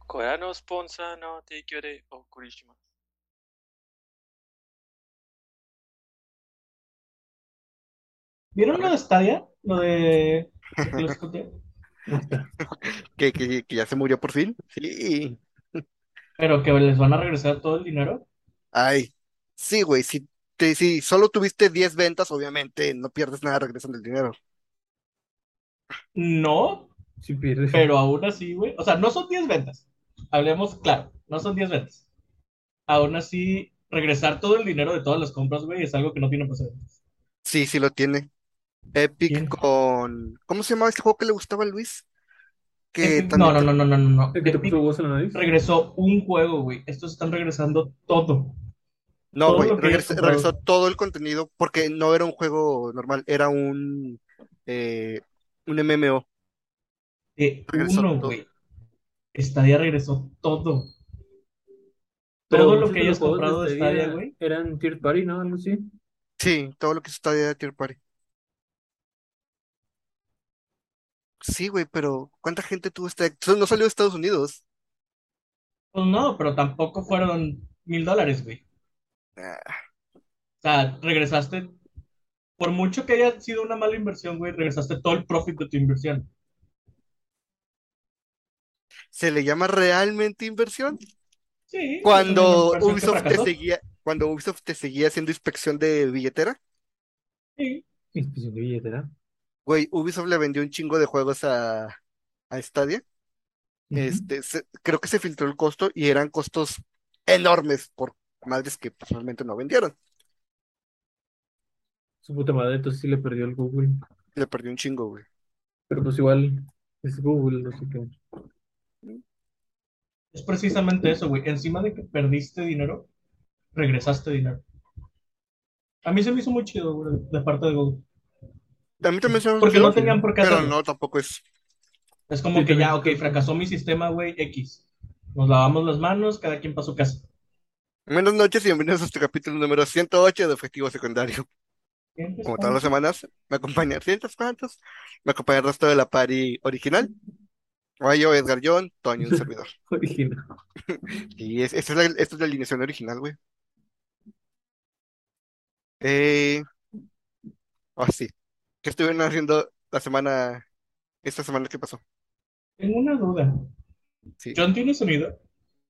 これのスポンサーの提供でお送りします。 ¿Vieron lo de Stadia? Lo de lo que les conté. Que ya se murió por fin. Sí. Pero que les van a regresar todo el dinero. Ay, sí, güey. Si solo tuviste 10 ventas, obviamente no pierdes nada regresando el dinero. No, Sí pierde. pero aún así, güey. O sea, no son 10 ventas. Hablemos claro, no son 10 ventas. Aún así, regresar todo el dinero de todas las compras, güey, es algo que no tiene precedentes. Sí, sí lo tiene. Epic ¿Quién? con... ¿Cómo se llamaba este juego que le gustaba a Luis? Que Epic, no, también... no, no, no, no, no, no. ¿El que te puso Epic voz en la nariz? regresó un juego, güey. Estos están regresando todo. No, Todo güey. lo que hayas Regresó comprado. todo el contenido porque no era un juego normal, era eh, un MMO. De Regresó uno, todo. güey. Stadia regresó todo. Pero Todo lo muchos que de los hayas juegos de comprado de Stadia, Stadia güey. eran third party, ¿no? Algo así. Sí, todo lo que está de Tier Party. Sí, güey, pero ¿cuánta gente tuvo este? No salió de Estados Unidos. Pues no, pero tampoco fueron $1,000, güey. Ah, O sea, regresaste, por mucho que haya sido una mala inversión, güey, regresaste todo el profit de tu inversión. ¿Se le llama realmente inversión? Sí, es una inversión que fracasó. Cuando Ubisoft te seguía haciendo inspección de billetera, Sí. Inspección de billetera. güey, Ubisoft le vendió un chingo de juegos a Stadia. Ujú. Creo que se filtró el costo y eran costos enormes por madres que personalmente no vendieron. Su puta madre, entonces sí le perdió el Google. Le perdió un chingo, güey. Pero pues igual es Google, no sé qué. Es precisamente eso, güey. Encima de que perdiste dinero, regresaste dinero. A mí se me hizo muy chido, güey, de parte de Google. A mí también se me Porque no chido, Sí, tenían por qué pero hacerlo. no, tampoco es. Es como sí, que ya, también ok, fracasó mi sistema, güey, X. Nos lavamos las manos, cada quien para su casa. Buenas noches y bienvenidos a este capítulo número 108 de Objetivo Secundario. ¿Sientes Como todas las cuánto? semanas, me acompaña cientos cuantos, me acompaña el resto de la party original. Yo, Edgar John, Toño, un servidor. original. Y esta es la alineación original, güey. Eh, sí. ¿Qué estuvieron haciendo esta semana que pasó? Tengo una duda. Sí. ¿John tiene sonido?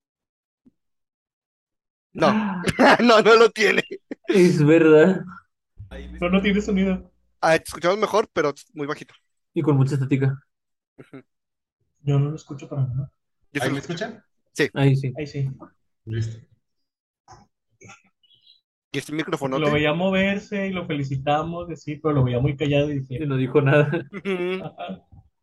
No, no, no lo tiene. Es verdad. No, no tiene sonido. Te escuchamos mejor, pero muy bajito. Y con mucha estática. Ujú. Yo no lo escucho para nada. Yo se ¿Ahí lo me escucho. escuchan? Sí. Ahí sí. Ahí sí. Listo. Y este Porque lo microfonote. veía moverse y lo felicitamos, sí, pero lo veía muy callado y Y dije, no dijo nada. Ujú. ajá,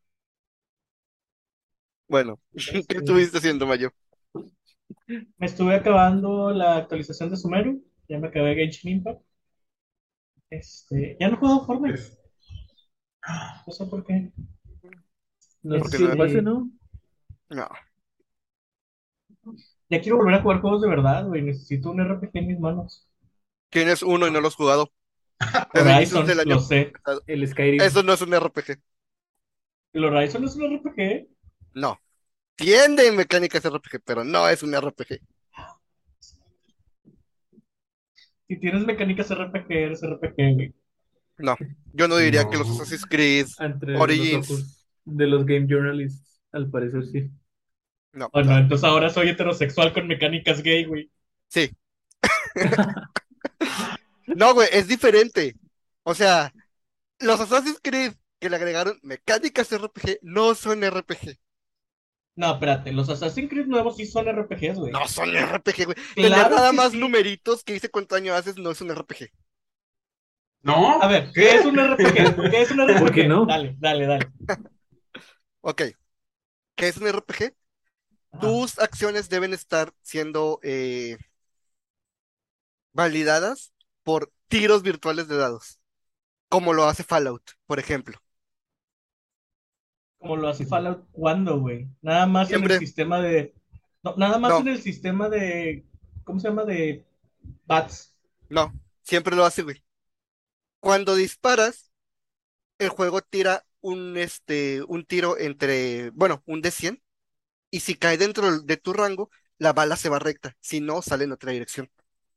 Bueno, ¿qué este, estuviste haciendo, Mayo? me estuve acabando la actualización de Sumeru, ya me acabé Genshin Impact, ya no he jugado Fortnite, Es- no sé por qué, No sé Porque si no, el pase, este, ¿no? no. ya quiero volver a jugar juegos de verdad, güey, necesito un RPG en mis manos. Tienes uno y no lo has jugado. Desde inicios Horizon, del año lo sé, pasado. El Eso Skyrim. no es un RPG. el Horizon es un RPG, No. Tiene mecánicas RPG, pero no es un RPG. si tienes mecánicas RPG, eres RPG, güey. No. Yo no diría que los No. Assassin's Creed Entre los Origins. ojos de los game journalists, al parecer sí. No, Bueno, no. entonces ahora soy heterosexual con mecánicas gay, güey. Sí. No, güey, es diferente. O sea, los Assassin's Creed que le agregaron mecánicas RPG no son RPG. No, espérate, los Assassin's Creed nuevos sí son RPGs, güey. No son RPG, güey. Tener Claro nada que más sí. numeritos que dice cuánto año haces no es un RPG. A ¿No? ver, ¿qué es ¿Qué? un RPG? ¿Qué es un ¿Por qué RPG? no? Dale, dale, dale. Ok, ¿qué es un RPG? Ajá. Tus acciones deben estar siendo validadas por tiros virtuales de dados, como lo hace Fallout, por ejemplo. Como lo hace Fallout, ¿cuándo, güey? Nada más en el Siempre, sistema de. No, nada más en no, el sistema de. ¿Cómo se llama? De BATS. no, siempre lo hace, güey. Cuando disparas, el juego tira un tiro un D100 y si cae dentro de tu rango, la bala se va recta, si no, sale en otra dirección.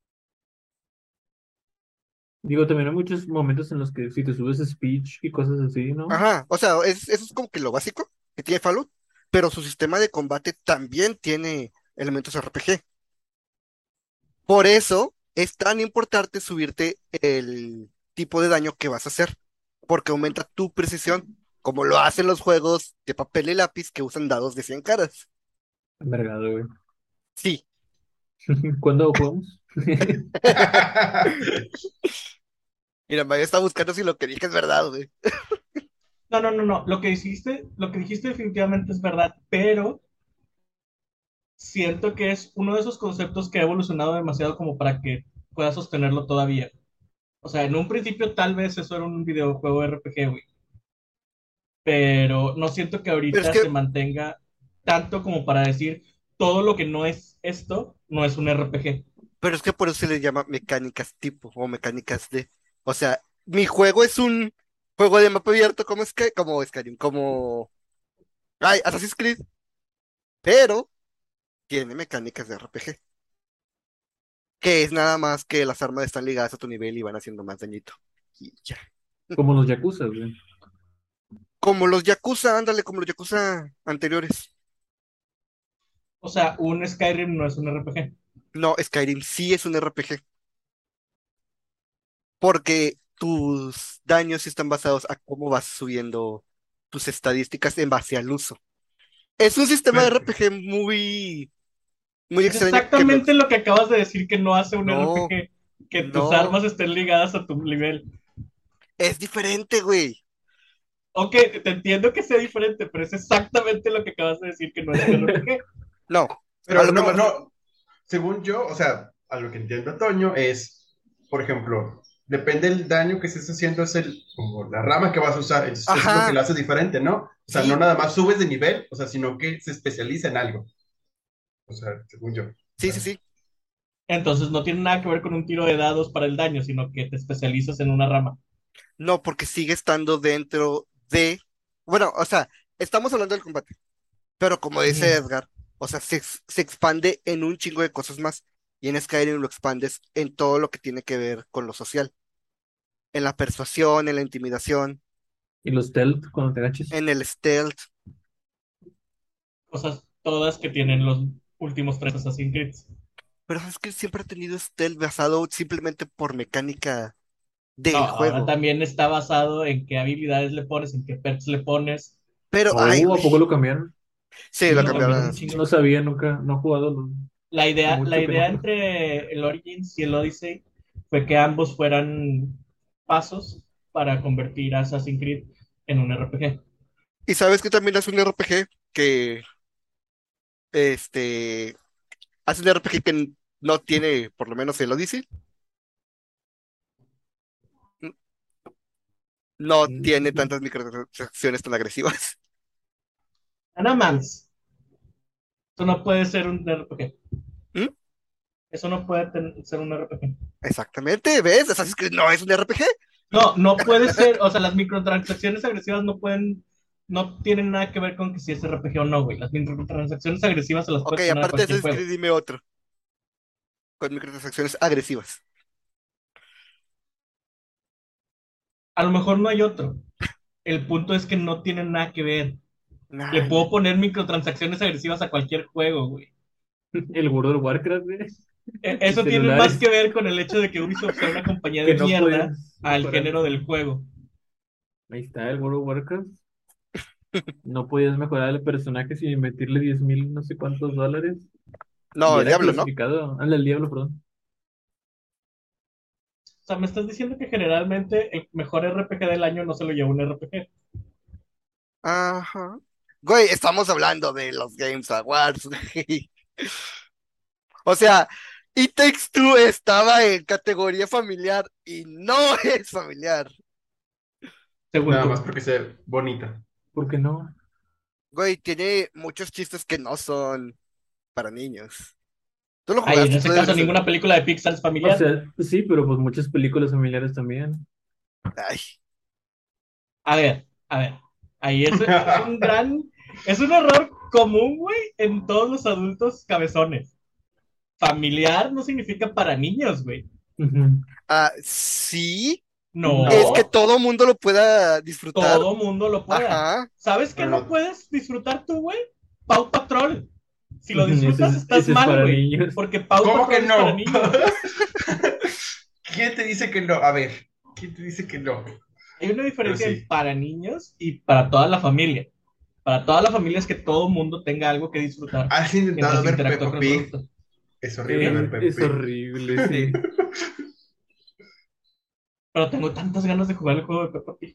Digo, también hay muchos momentos en los que si te subes speech y cosas así, ¿no? Ajá, o sea, eso es como que lo básico que tiene Fallout, pero su sistema de combate también tiene elementos RPG. Por eso es tan importante subirte el tipo de daño que vas a hacer, porque aumenta tu precisión, como lo hacen los juegos de papel y lápiz que usan dados de 100 caras. Envergado, güey. Sí. ¿Cuándo jugamos? Mira, Maya está buscando si lo que dije es verdad, güey. No, no, no, no. Lo que dijiste definitivamente es verdad, pero siento que es uno de esos conceptos que ha evolucionado demasiado como para que pueda sostenerlo todavía. O sea, en un principio tal vez eso era un videojuego RPG, güey, pero no siento que Pero es ahorita que, se mantenga tanto como para decir todo lo que no es esto no es un RPG. pero es que por eso se le llama mecánicas tipo o mecánicas de. O sea, mi juego es un juego de mapa abierto como como Skyrim, como ay, Assassin's Creed, pero tiene mecánicas de RPG, que es nada más que las armas están ligadas a tu nivel y van haciendo más dañito. Y ya. Como los Yakuza, güey. Como los Yakuza, ándale, como los Yakuza anteriores. O sea, un Skyrim no es un RPG. No, Skyrim sí es un RPG, porque tus daños sí están basados a cómo vas subiendo tus estadísticas en base al uso. Es un sistema de Pero, RPG muy, muy Es extraño que me... exactamente lo que acabas de decir que no hace un No, RPG, que tus no, armas estén ligadas a tu nivel. es diferente, güey. Ok, te entiendo que sea diferente, pero es exactamente lo que acabas de decir que no es un RPG. No, a pero lo que me... no, no, según yo, o sea, a lo que entiendo, Toño, es, por ejemplo, depende del daño que estés haciendo, es como la rama que vas a usar, entonces eso es lo que lo Ajá, hace diferente, ¿no? O sea, no sí, nada más subes de nivel, o sea, sino que se especializa en algo, o sea, según yo. O sí, sí, sea, sí. Entonces no tiene nada que ver con un tiro de dados para el daño, sino que te especializas en una rama. No, porque sigue estando dentro de... Bueno, o sea, estamos hablando del combate, pero como dice Ujú. Edgar, o sea, se expande en un chingo de cosas más. Y en Skyrim lo expandes en todo lo que tiene que ver con lo social, en la persuasión, en la intimidación, Y los stealth cuando te agaches. en el stealth. Cosas todas que tienen los últimos tres Assassin's Creed. Pero es que siempre ha tenido stealth basado simplemente por mecánica No, del ahora juego. también está basado en qué habilidades le pones, en qué perks le pones. Pero, ay, Oh, güey, ¿a poco lo cambiaron? sí, Sí, lo lo cambiaron un cambiaron. chingo. No sabía nunca, no he jugado lo La mucho que no idea juego. entre el Origins y el Odyssey fue que ambos fueran pasos para convertir a Assassin's Creed en un RPG. Y sabes que también hace un RPG que, este, hace un RPG que no tiene, por lo menos el Odyssey, n- no tiene Mm. tantas microtransacciones tan agresivas. Nada más, eso no puede ser un RPG. ¿Mm? Eso no puede ser un RPG. Exactamente, ¿ves? Assassin's Creed no es un RPG. No, no puede ser, o sea, las microtransacciones agresivas no pueden, no tienen nada que ver con que si es RPG o no, güey. Las microtransacciones agresivas se las Ok, puedes poner a aparte de cualquier Assassin's juego. Creed, dime otro, con microtransacciones agresivas. A lo mejor no hay otro. El punto es que no tienen nada que ver. Le Nah, puedo poner microtransacciones agresivas a cualquier juego, güey. El World of Warcraft, güey. Y Eso tiene más celulares que ver con el hecho de que Ubisoft sea una compañía que de no mierda puedes al mejorar. género del juego. Ahí está el World of Warcraft. No podías mejorar el personaje sin invertirle 10,000 no sé cuántos dólares. Y no, el era diablo, ¿no? clasificado. Anda, el diablo, perdón. O sea, me estás diciendo que generalmente el mejor RPG del año no se lo lleva un RPG. Ajá. Güey, estamos hablando de los Games Awards, güey. O sea, It Takes Two estaba en categoría familiar y no es familiar. Según nada más tú. porque sea bonita. ¿Por qué no? Güey, tiene muchos chistes que no son para niños. Tú lo Ay, en jugaste, tú ese caso, deberías saber. ninguna película de Pixar es O familiar. sea, sí, pero pues muchas películas familiares también. Ay, A ver. Ahí es un gran, es un error común, güey, en todos los adultos cabezones. Familiar no significa para niños, güey. Ujú. Sí, No, es que todo mundo lo pueda disfrutar. todo mundo lo pueda. Ajá. ¿Sabes qué Bueno. no puedes disfrutar tú, güey? Paw Patrol. Si lo Ujú, disfrutas, estás ese es mal, para güey. niños. Porque Paw ¿Cómo Patrol que es para no? niños. ¿Quién te dice que no? A ver, ¿quién te dice que no? Hay una diferencia Pero sí. en para niños y para toda la familia. Para toda la familia es que todo mundo tenga algo que disfrutar ¿Has intentado mientras ver interactúa Peppa con los Pig? adultos. Es horrible ver Peppa Es Pig. horrible, sí. Pero tengo tantas ganas de jugar el juego de Peppa Pig.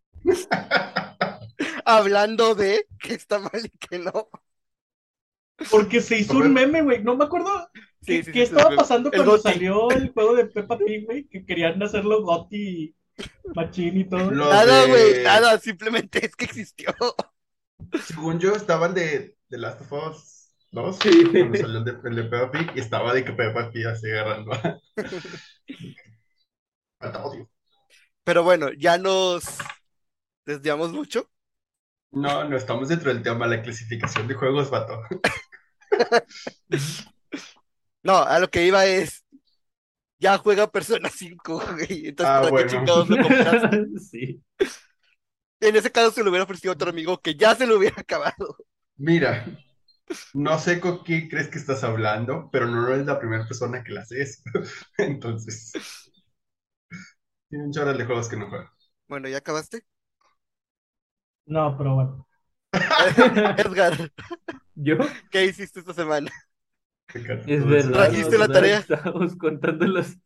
Hablando de que está mal y que no. Porque se hizo un meme, güey. No me acuerdo Sí, qué sí, estaba pasando el cuando Goti. salió el juego de Peppa Pig, güey. Que querían hacerlo Gotti, Machín y todo. Los Nada, de- güey, nada, simplemente es que existió. Según yo, estaban de The Last of Us 2, Sí. cuando salió el de Peppa Pig, y estaba de que Peppa Pig así agarrando. Falta odio. Pero bueno, ya nos desviamos mucho. No, no estamos dentro del tema, la clasificación de juegos, vato. No, a lo que iba es, ya juega Persona 5, güey. Entonces, ¿para qué Bueno. chingados lo compraste? Sí. En ese caso se lo hubiera ofrecido a otro amigo que ya se lo hubiera acabado. Mira, no sé con quién crees que estás hablando, pero no eres la primera persona que la haces. Entonces, tiene un chorro de juegos que no juego. Bueno, ¿ya acabaste? No, pero bueno. Edgar, Yo, ¿qué hiciste esta semana? Me encanta es todo eso. verdad. ¿Trajiste la tarea? Estábamos contando los.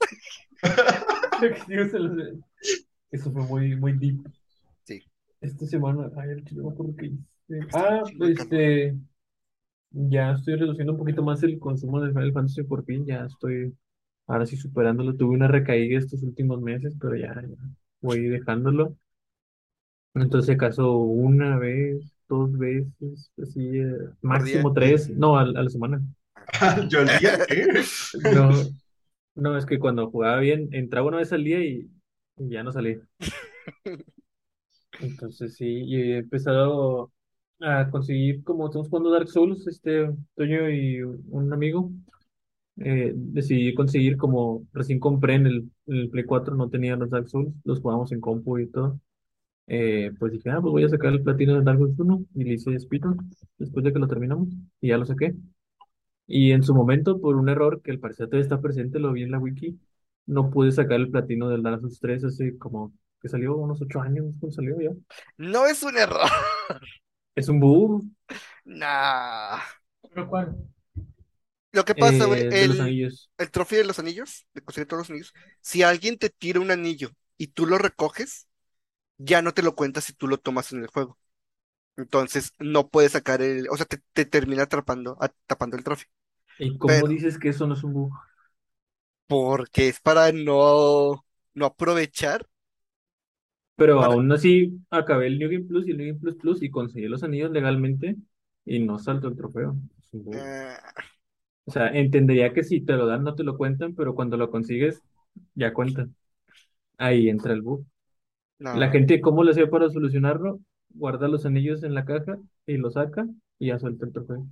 Eso fue muy, muy deep. Sí. Esta semana, ay, el chile, no me acuerdo qué hice. Está un chingo de calor. Ya estoy reduciendo un poquito más el consumo de Final Fantasy por fin. Ya estoy, ahora sí superándolo. Tuve una recaída estos últimos meses, pero ya voy dejándolo. Entonces, si acaso una vez, dos veces, así, máximo día. tres, no, a la semana. ¿Yo al día? ¿Qué? No, no, es que cuando jugaba bien, entraba una vez al día y ya no salí. Entonces sí, y he empezado a conseguir, como estamos jugando Dark Souls, Toño y un amigo, decidí conseguir como recién compré en el Play 4, no tenía los Dark Souls, los jugamos en compu y todo. Pues dije, pues voy a sacar el platino de Dark Souls 1 y le hice speedrun después de que lo terminamos y ya lo saqué. Y en su momento, por un error que al parecer todavía está presente, lo vi en la wiki, no pude sacar el platino del Dark Souls 3 hace como que salió unos 8 años cuando salió ya. No es un error. Es un bug Nah. ¿Pero cuál? Lo que pasa, güey, de los anillos. el trofeo de los anillos, de conseguir todos los anillos, si alguien te tira un anillo y tú lo recoges, ya no te lo cuentas si tú lo tomas en el juego. Entonces, no puedes sacar o sea, te termina tapando el trofeo. ¿Y cómo Pero, dices que eso no es un bug? porque es para no aprovechar. Pero Para, aún así, acabé el New Game Plus y el New Game Plus Plus y conseguí los anillos legalmente y no salto el trofeo. Es un bug. eh, O sea, entendería que si te lo dan no te lo cuentan, pero cuando lo consigues, ya cuenta. Ahí entra el bug. La no. gente, ¿cómo le hacía para solucionarlo? Guarda los anillos en la caja y lo saca y ya suelta el trofeo.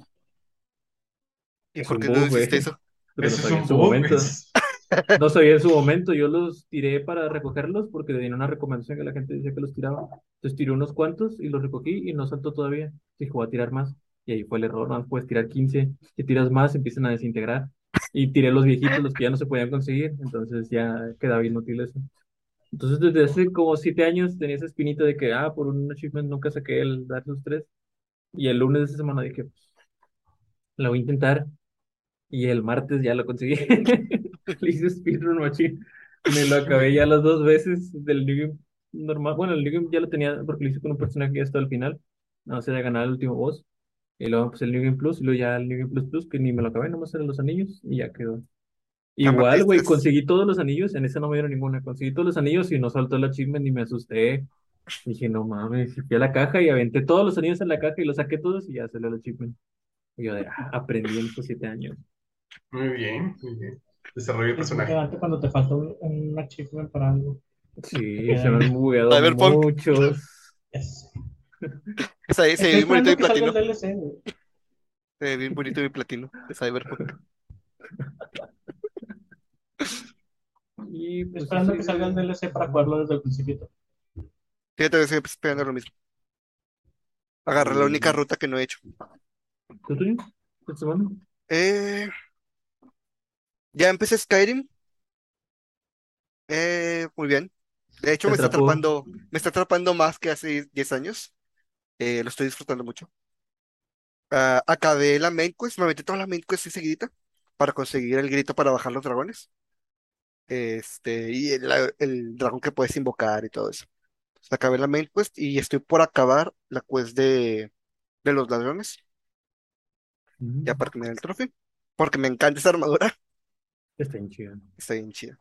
¿Y Es por un qué no bug, güey. hiciste eso? Pero no Ese es sabía en un su bug. momento. No sabía en su momento. Yo los tiré para recogerlos porque tenía una recomendación que la gente decía que los tiraba. Entonces tiré unos cuantos y los recogí y no saltó todavía. Dije, voy a tirar más. Y ahí fue el error. No puedes tirar 15. Si tiras más, empiezan a desintegrar. Y tiré los viejitos, los que ya no se podían conseguir. Entonces ya quedaba inútil eso. Entonces desde hace como 7 años tenía esa espinita de que, por un achievement nunca saqué el Dark Souls 3. Y el lunes de esa semana dije, pues, lo voy a intentar. Y el martes ya lo conseguí. Le hice speedrun machine. Me lo acabé ya las dos veces del New Game normal. Bueno, el New Game ya lo tenía porque lo hice con un personaje que ya está al final. No sé, de ganar el último boss. Y luego pues el New Game Plus y luego ya el New Game Plus Plus que ni me lo acabé, nomás eran los anillos y ya quedó. Aparte, Igual, güey, conseguí todos los anillos. En esa no me dieron ninguna. Conseguí todos los anillos y no saltó el achievement ni me asusté. Dije, no mames, y fui a la caja y aventé todos los anillos en la caja y los saqué todos y ya salió el achievement. Y yo aprendí en estos 7 años. Muy bien, muy bien. Desarrollo de Es muy personaje. cagante cuando te falta un achievement para algo. Sí, se me han bugueado Cyberpunk. muchos. Yes. Se Estoy ve bonito esperando y que salga el platino. DLC, güey. Bien bonito mi platino de Cyberpunk. Y pues Esperando así que salga el DLC para jugarlo desde el principio. Fíjate que estoy esperando lo mismo. Agarré la única ruta que no he hecho. ¿Tú, tuyo? ¿Esta semana? Eh, ya empecé Skyrim. Muy bien. De hecho, ¿Te atrapó? me está atrapando más que hace 10 años. Lo estoy disfrutando mucho. Acabé la main quest, me metí toda la main quest así seguidita para conseguir el grito para bajar los dragones. Y el dragón que puedes invocar y todo eso. Entonces, acabé la main quest y estoy por acabar la quest de los ladrones, ya Mm, para terminar el trofeo. Porque me encanta esa armadura, está bien chido. está bien chida.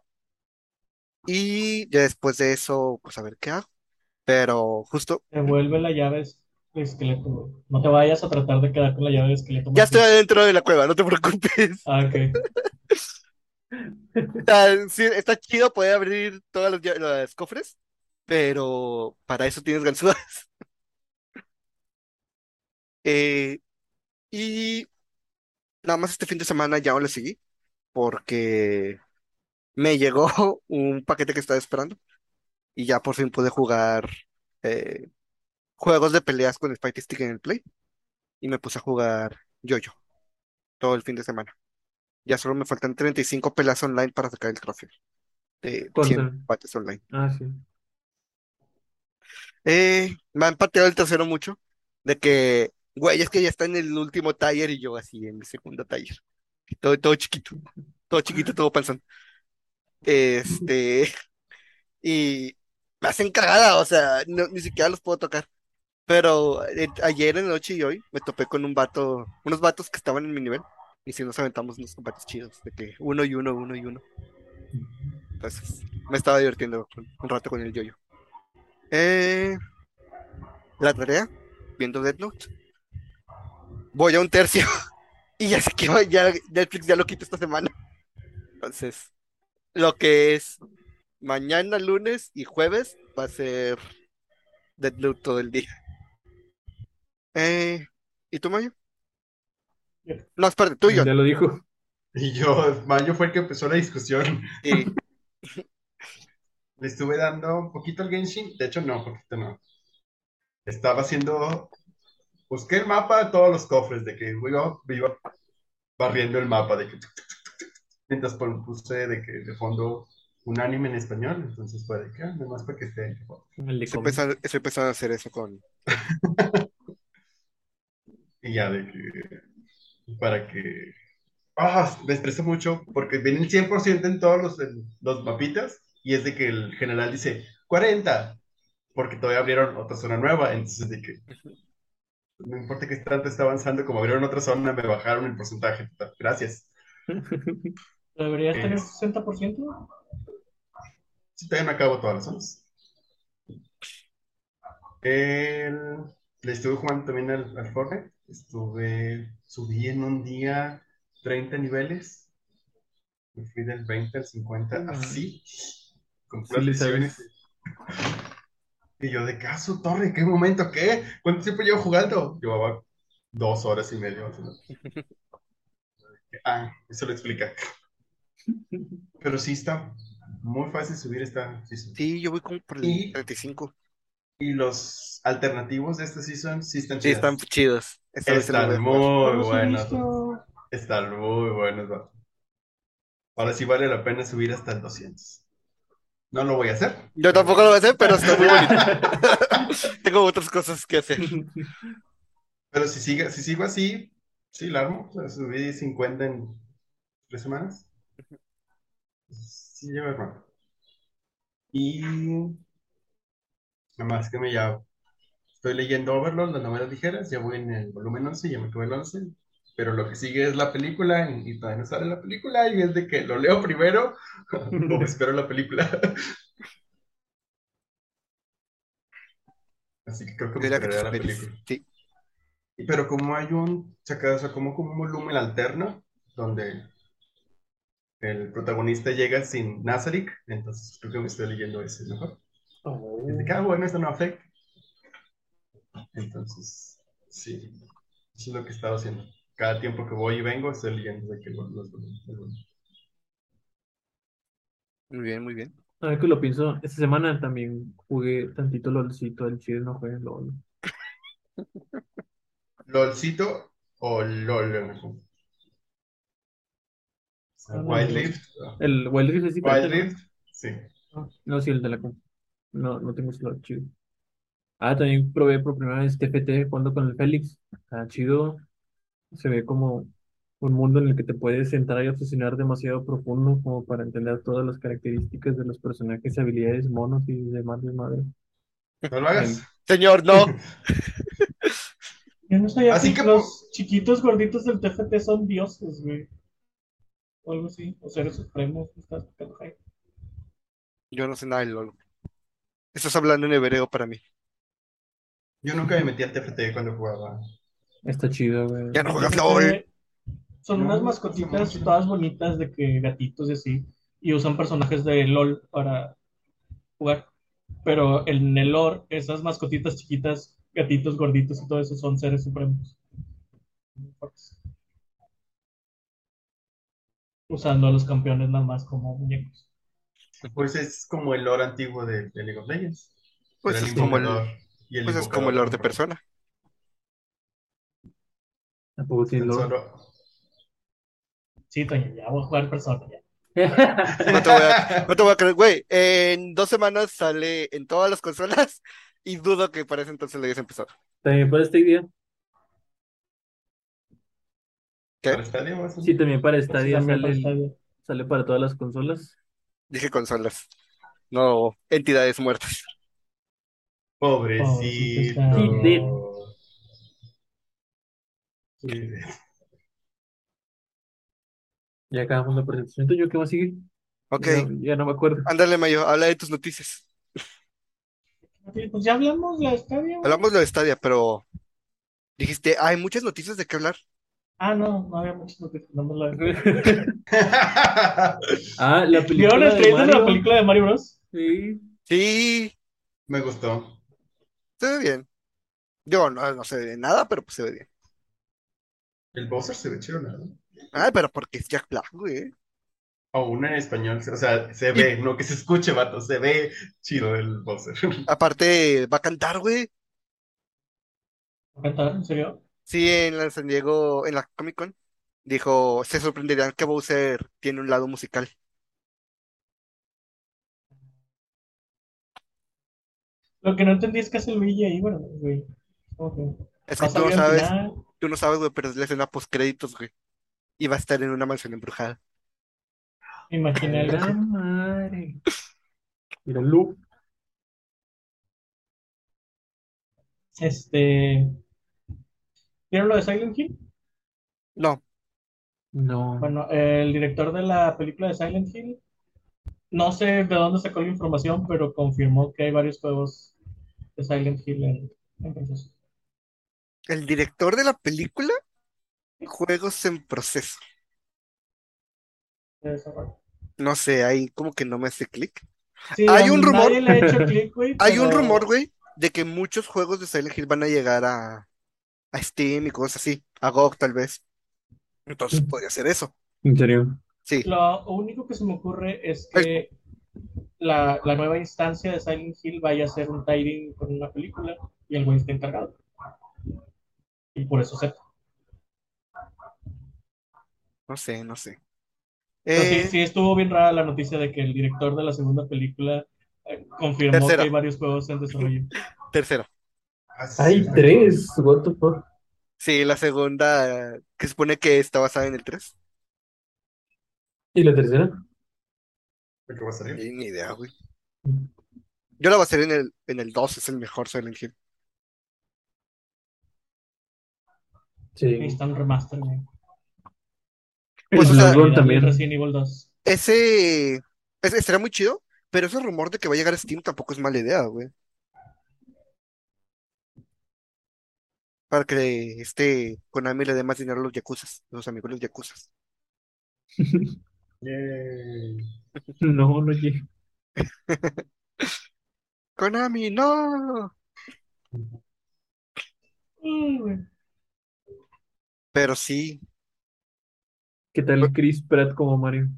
Y ya después de eso, pues a ver qué hago. Pero justo, Devuelve la llave de esqueleto, güey. No te vayas a tratar de quedar con la llave de esqueleto ya más estoy tiempo. adentro de la cueva, no te preocupes. Ah, ok. Sí, está chido poder abrir todas las cofres, pero para eso tienes ganzúas. Eh, y nada más este fin de semana ya no le seguí, porque me llegó un paquete que estaba esperando y ya por fin pude jugar eh, juegos de peleas con Spike Stick en el Play y me puse a jugar Yo-Yo todo el fin de semana. Ya solo me faltan 35 peleas online para sacar el trofeo de 100 ¿Cuánto? combates online. Ah, sí. Me han pateado el trasero mucho de que, güey, es que ya está en el último taller y yo así en mi segundo taller. Todo chiquito, todo panzón. Este, y me hacen cagada, o sea, ni siquiera los puedo tocar. Pero ayer en la noche y hoy me topé con unos vatos que estaban en mi nivel. Y si nos aventamos unos combates chidos, de que uno y uno, uno y uno. Entonces, me estaba divirtiendo un rato con el yoyo. Eh, la tarea, viendo Death Note. Voy a un tercio y ya sé que ya Netflix ya lo quito esta semana. Entonces, lo que es mañana, lunes y jueves va a ser Death Note todo el día. Eh, ¿Y tú, Mayo? No, espérate, tú y yo. Ya lo dijo. Y yo, Mayo fue el que empezó la discusión. Sí. Le estuve dando un poquito al Genshin. De hecho, no, poquito no. Estaba haciendo. Busqué el mapa de todos los cofres, de que iba barriendo el mapa, de que. Mientras puse de que de fondo un anime en español. Entonces fue de que, nomás para que esté. El de cómic. Estoy empezando a hacer eso con... Y ya de que. Para que. Me estresa mucho porque vienen 100% en todos los mapitas. Y es de que el general dice 40 porque todavía abrieron otra zona nueva. Entonces, de que no importa que tanto esté avanzando, como abrieron otra zona, me bajaron el porcentaje. Gracias. ¿Deberías tener Es, 60%? si todavía no acabo todas las zonas. El- Le estuve jugando también al Fortnite. Subí en un día 30 niveles. Me fui del 20 al 50 así, con Sí puras le misiones. sabes. Y yo, ¿de caso, Torre? ¿Qué momento? ¿Qué? ¿Cuánto tiempo llevo jugando? Llevaba 2 horas y media. O sea, eso lo explica. Pero sí está muy fácil subir esta season. Sí, yo voy como por el Y, 35. y los alternativos de esta season sí están Sí, están chidas. chidos. Esta vez se los voy Están a jugar. No muy los he buenos. visto. Están muy buenos. ¿No? Ahora sí vale la pena subir hasta el 200. No lo voy a hacer. Yo Pero tampoco lo voy a bueno. hacer, pero está muy bonito. Tengo otras cosas que hacer. Pero si sigo así, sí, la armo. O sea, subí 50 en 3 semanas. Sí, lleva hermano. Y nada más que ya estoy leyendo Overlord, las novelas ligeras, ya voy en el volumen 11, ya me quedé el 11, pero lo que sigue es la película y todavía no sale la película y es de que lo leo primero o me espero la película. Así que creo que me Dile a que te esperaré a la esperes. película. Sí. Pero como hay o sea, como un volumen alterno donde el protagonista llega sin Nazarick, entonces creo que me estoy leyendo ese mejor. Es de que, bueno, esto no afecta. Entonces, sí, eso es lo que he estado haciendo. cada tiempo que voy y vengo estoy leyendo de que los Muy bien, muy bien. A ver que lo pienso, esta semana también jugué tantito LOLcito, el chile no juegué LOL. LOLcito o LOL. O sea, Ah, no, Wild no, Rift. El Wild Rift es diferente, Wild ¿no? Rift, sí. no. No, sí, el de la compu. No, no tengo celular chido. Ah, también probé por primera vez TFT jugando con el Félix. Está chido. Se ve como un mundo en el que te puedes sentar y obsesionar demasiado profundo como para entender todas las características de los personajes, habilidades, monos y demás de madre. No lo hagas. Ahí. Señor, no. Yo no sabía Así que que, los chiquitos gorditos del TFT son dioses, güey. O algo así. O seres supremos. Estás picando hype. Yo no sé nada del LOL. Estás hablando en hebreo para mí. yo nunca me metí al TFT cuando jugaba. Está chido, güey. Ya no El juegas LOL. TFT son No, unas hace mascotitas mucho. todas bonitas de que gatitos y así. Y usan personajes de LOL para jugar. Pero en el lore, esas mascotitas chiquitas, gatitos gorditos y todo eso son seres supremos. Usando a los campeones nada más como muñecos. Pues es como el lore antiguo de League of Legends. Era Pues el es como Sí. el, invocador. Y el pues es como el invocador Lord también de por eso. persona. Tampoco tiene Tan lore. solo. Sí, Toño, ya voy a jugar persona. Ya. No te voy a, no te voy a creer, güey. En 2 semanas sale en todas las consolas y dudo que para ese entonces le hayas empezado. También para este día. ¿Qué? Para Stadia va a Sí, salir. también para Sí, Stadia también para sale, Stadia. sale para todas las consolas. Dije consolas, no entidades muertas. Pobrecito Pobrecito. está. He did. Ya acabamos la presentación. Entonces, ¿yo qué va a seguir? Ok, Ya no me acuerdo. ándale, Mayo, habla de tus noticias. Ok, pues ya hablamos de la Stadia, güey. Hablamos de Stadia, pero dijiste, hay muchas noticias de qué hablar. Ah, no, no había muchas noticias. No me la... Ah, la ¿Vieron película el de trailer de la Mario. película de Mario Bros? Sí. Sí, Me gustó. se ve bien. Yo no sé de nada, pero pues se ve bien. El Bowser se ve chido, ¿no? Ay, pero porque es Jack Black, güey. Aún en español, o sea, se Y ve, no que se escuche, vato, se ve chido el Bowser. aparte, va a cantar, güey. ¿Va a cantar? ¿En serio? Sí, en la San Diego, en la Comic Con, dijo, se sorprenderían que Bowser tiene un lado musical. Lo que no entendí es que hace el Luigi ahí, bueno, güey. Ok. Es Va que a salir al final. tú no sabes, güey, pero es la escena post créditos, güey. Y va a estar en una mansión embrujada. Me imaginé algo La así. madre. Míralo. Este. ¿Vieron lo de Silent Hill? No, No. Bueno, el director de la película de Silent Hill, no sé de dónde sacó la información, pero confirmó que hay varios juegos de Silent Hill en proceso. el director de la película, juegos en proceso. De desarrollo. No sé, ahí como que no me hace clic. Sí, a Hay un nadie rumor, le ha hecho clic, güey, hay un rumor, pero güey, de que muchos juegos de Silent Hill van a llegar a Steam y cosas así, a GOG tal vez. Entonces podría ser eso. ¿En serio? Sí. lo único que se me ocurre es El- que la nueva instancia de Silent Hill vaya a ser un tie-in con una película y el güey está encargado. Y por eso se... no sé, no sé. Pero sí, Eh, sí estuvo bien rara la noticia de que el director de la segunda película confirmó que hay tercera, varios juegos en desarrollo. tercera. Ah, sí, Hay está cabrón. tres. What the fuck. Sí, la segunda, que se supone que está basada en el 3. ¿Y la tercera? ¿De qué va a salir? Ni idea, güey. Yo la basé en el 2, es el mejor Silent Hill. Ahí Sí. está un remaster, güey. El Pues, o Para sea, Bloodborne validarle el también. Resident Evil 2. Estaría muy chido, pero ese rumor de que va a llegar a Steam tampoco es mala idea, güey. Para que Konami le dé más dinero a los yakuzas, los amigos de los yakuzas. Yay. No, no llegué. Konami, no. pero sí. ¿Qué tal Chris Pratt como Mario?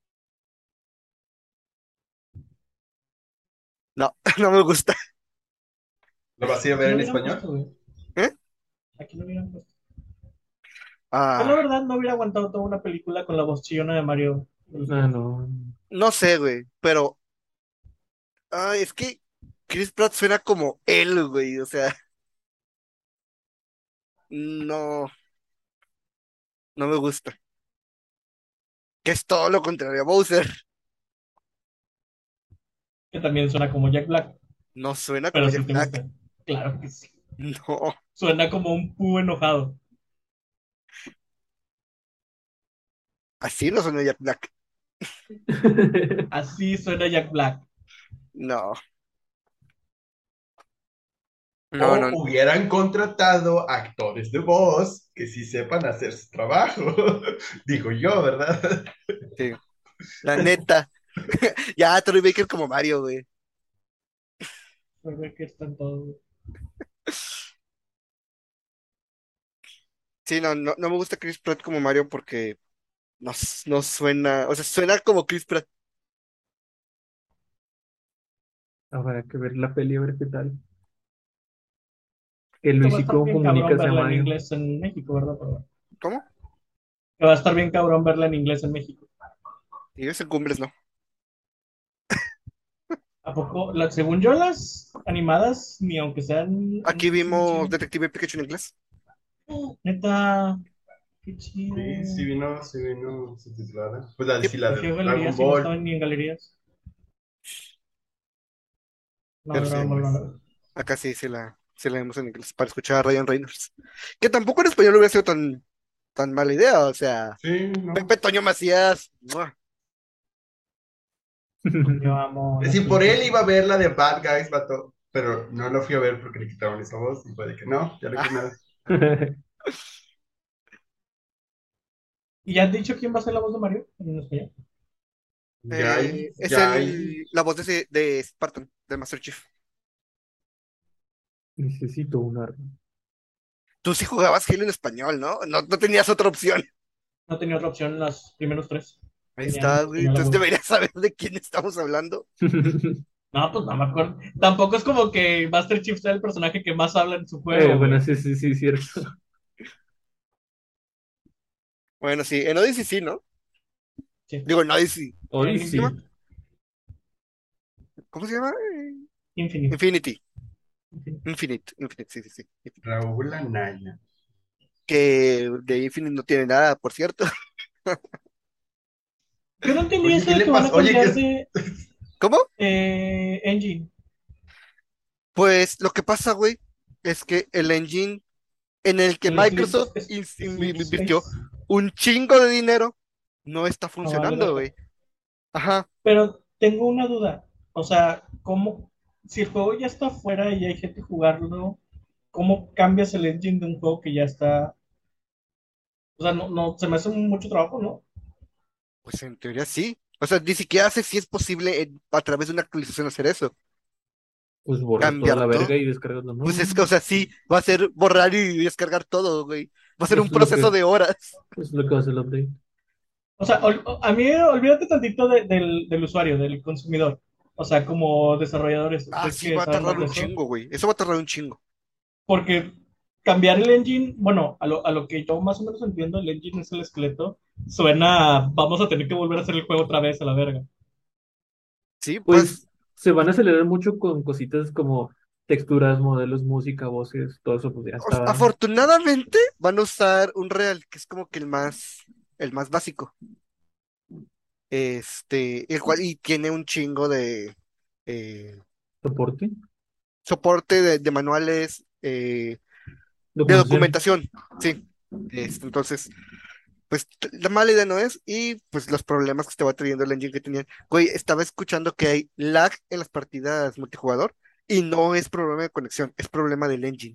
No, no me gusta. ¿Lo vas a ir a Aquí ver lo en hubieran español? puesto, güey. ¿Eh? Aquí lo hubieran puesto. Yo la Ah, verdad no hubiera aguantado toda una película con la voz chillona de Mario. Ah, no. no sé, güey, pero es que Chris Pratt suena como él, güey, o sea, no, no me gusta. Que es todo lo contrario a Bowser. Que también suena como Jack Black, No suena como pero Jack si te Black. gusta. Claro que sí. No, Suena como un pú enojado. así no suena Jack Black. Así suena Jack Black. No, no, O no, hubieran contratado actores de voz que sí sepan hacer su trabajo. Digo yo, ¿verdad? sí, la neta. Ya, Troy Baker como Mario, güey. Se ve que están todos. Sí, no, no, no me gusta Chris Pratt como Mario porque no, no suena, o sea, suena como Chris Pratt. Habrá que ver la peli a ver qué tal. Que Que va a estar Luisito bien comunica cabrón hacia verla en Mario. inglés en México, ¿verdad? Pero ¿Cómo? que va a estar bien cabrón verla en inglés en México. Y es en Cumbres, no. ¿A poco? Según yo, las animadas, ni aunque sean en Aquí inglés en vimos chino. Detective Pikachu en inglés. Neta, qué chido. Sí vino subtitulada. Pues la, Sí, sí, la Me de fui a Dragon galerías y no Ball. estaban ni en galerías. No, pero de sí, Dragon Ball no. Pues, No. acá sí, sí la vimos en inglés para escuchar a Ryan Reynolds. Que tampoco en español hubiera sido tan mala idea, o sea, sí, no. Pepe Toño Macías. ¡Mua! Yo amo las Si por él películas. iba a ver la de Bad Guys, vato, pero no lo fui a ver porque le quitaron esa voz y fue de que no, ya no quiero Ah, nada. ¿Y ya has dicho quién va a ser la voz de Mario en español? es Ya hay. la voz de Spartan, de Master Chief. Necesito un arma. Tú sí jugabas Halo en español, ¿no? No, no tenías otra opción. No tenía otra opción en los primeros tres. Ahí está, güey. Tenía la Entonces voz. deberías saber de quién estamos hablando. No, pues no me acuerdo. Tampoco es como que Master Chief sea el personaje que más habla en su juego, Bueno, güey. sí, sí, sí, cierto. Bueno, sí, en Odyssey sí, ¿no? Sí. Digo, en Odyssey. ¿Cómo se llama? Odyssey. ¿Cómo se llama? Infinite. Infinity. Infinite. Infinite, sí, sí, sí. Raúl Anaya. Que de Infinite no tiene nada, por cierto. Yo no entendí Oye, eso ¿qué de le que van a pasó? Oye, ¿qué cambiar es? de ¿Cómo? engine. Pues lo que pasa, güey, es que el engine en el que El Microsoft Sleep invirtió Space un chingo de dinero no está no vale funcionando, verga. güey. Ajá. Pero tengo una duda. O sea, ¿cómo? Si el juego ya está afuera y hay gente jugando, ¿cómo cambias el engine de un juego que ya está? O sea, no, se me hace mucho trabajo, ¿no? Pues en teoría sí. O sea, ni siquiera sé si es posible a través de una actualización hacer eso. Pues borras toda Cambiar la todo. verga y descargas lo Pues nuevo. es que, o sea, sí, va a ser borrar y descargar todo, güey. Va a ser un Es lo proceso que, de horas. es lo que hace el update. O sea, a mí olvídate tantito del usuario, del consumidor. O sea, como desarrolladores, Ah, ustedes sí, que va a saben tardar más de un eso, chingo, güey. Eso va a tardar un chingo. porque cambiar el engine, bueno, a lo que yo más o menos entiendo, el engine es el esqueleto, suena a, vamos a tener que volver a hacer el juego otra vez a la verga. Sí, Pues pues se van a acelerar mucho con cositas como texturas, modelos, música, voces, todo eso, pues ya está. afortunadamente van a usar un real, que es como que el más básico. El cual y tiene un chingo de Soporte, soporte de manuales, de documentación. documentación, sí. Entonces, pues la mala idea no es, y pues los problemas que estaba trayendo el engine que tenían. Güey, estaba escuchando que hay lag en las partidas multijugador, y no es problema de conexión, es problema del engine.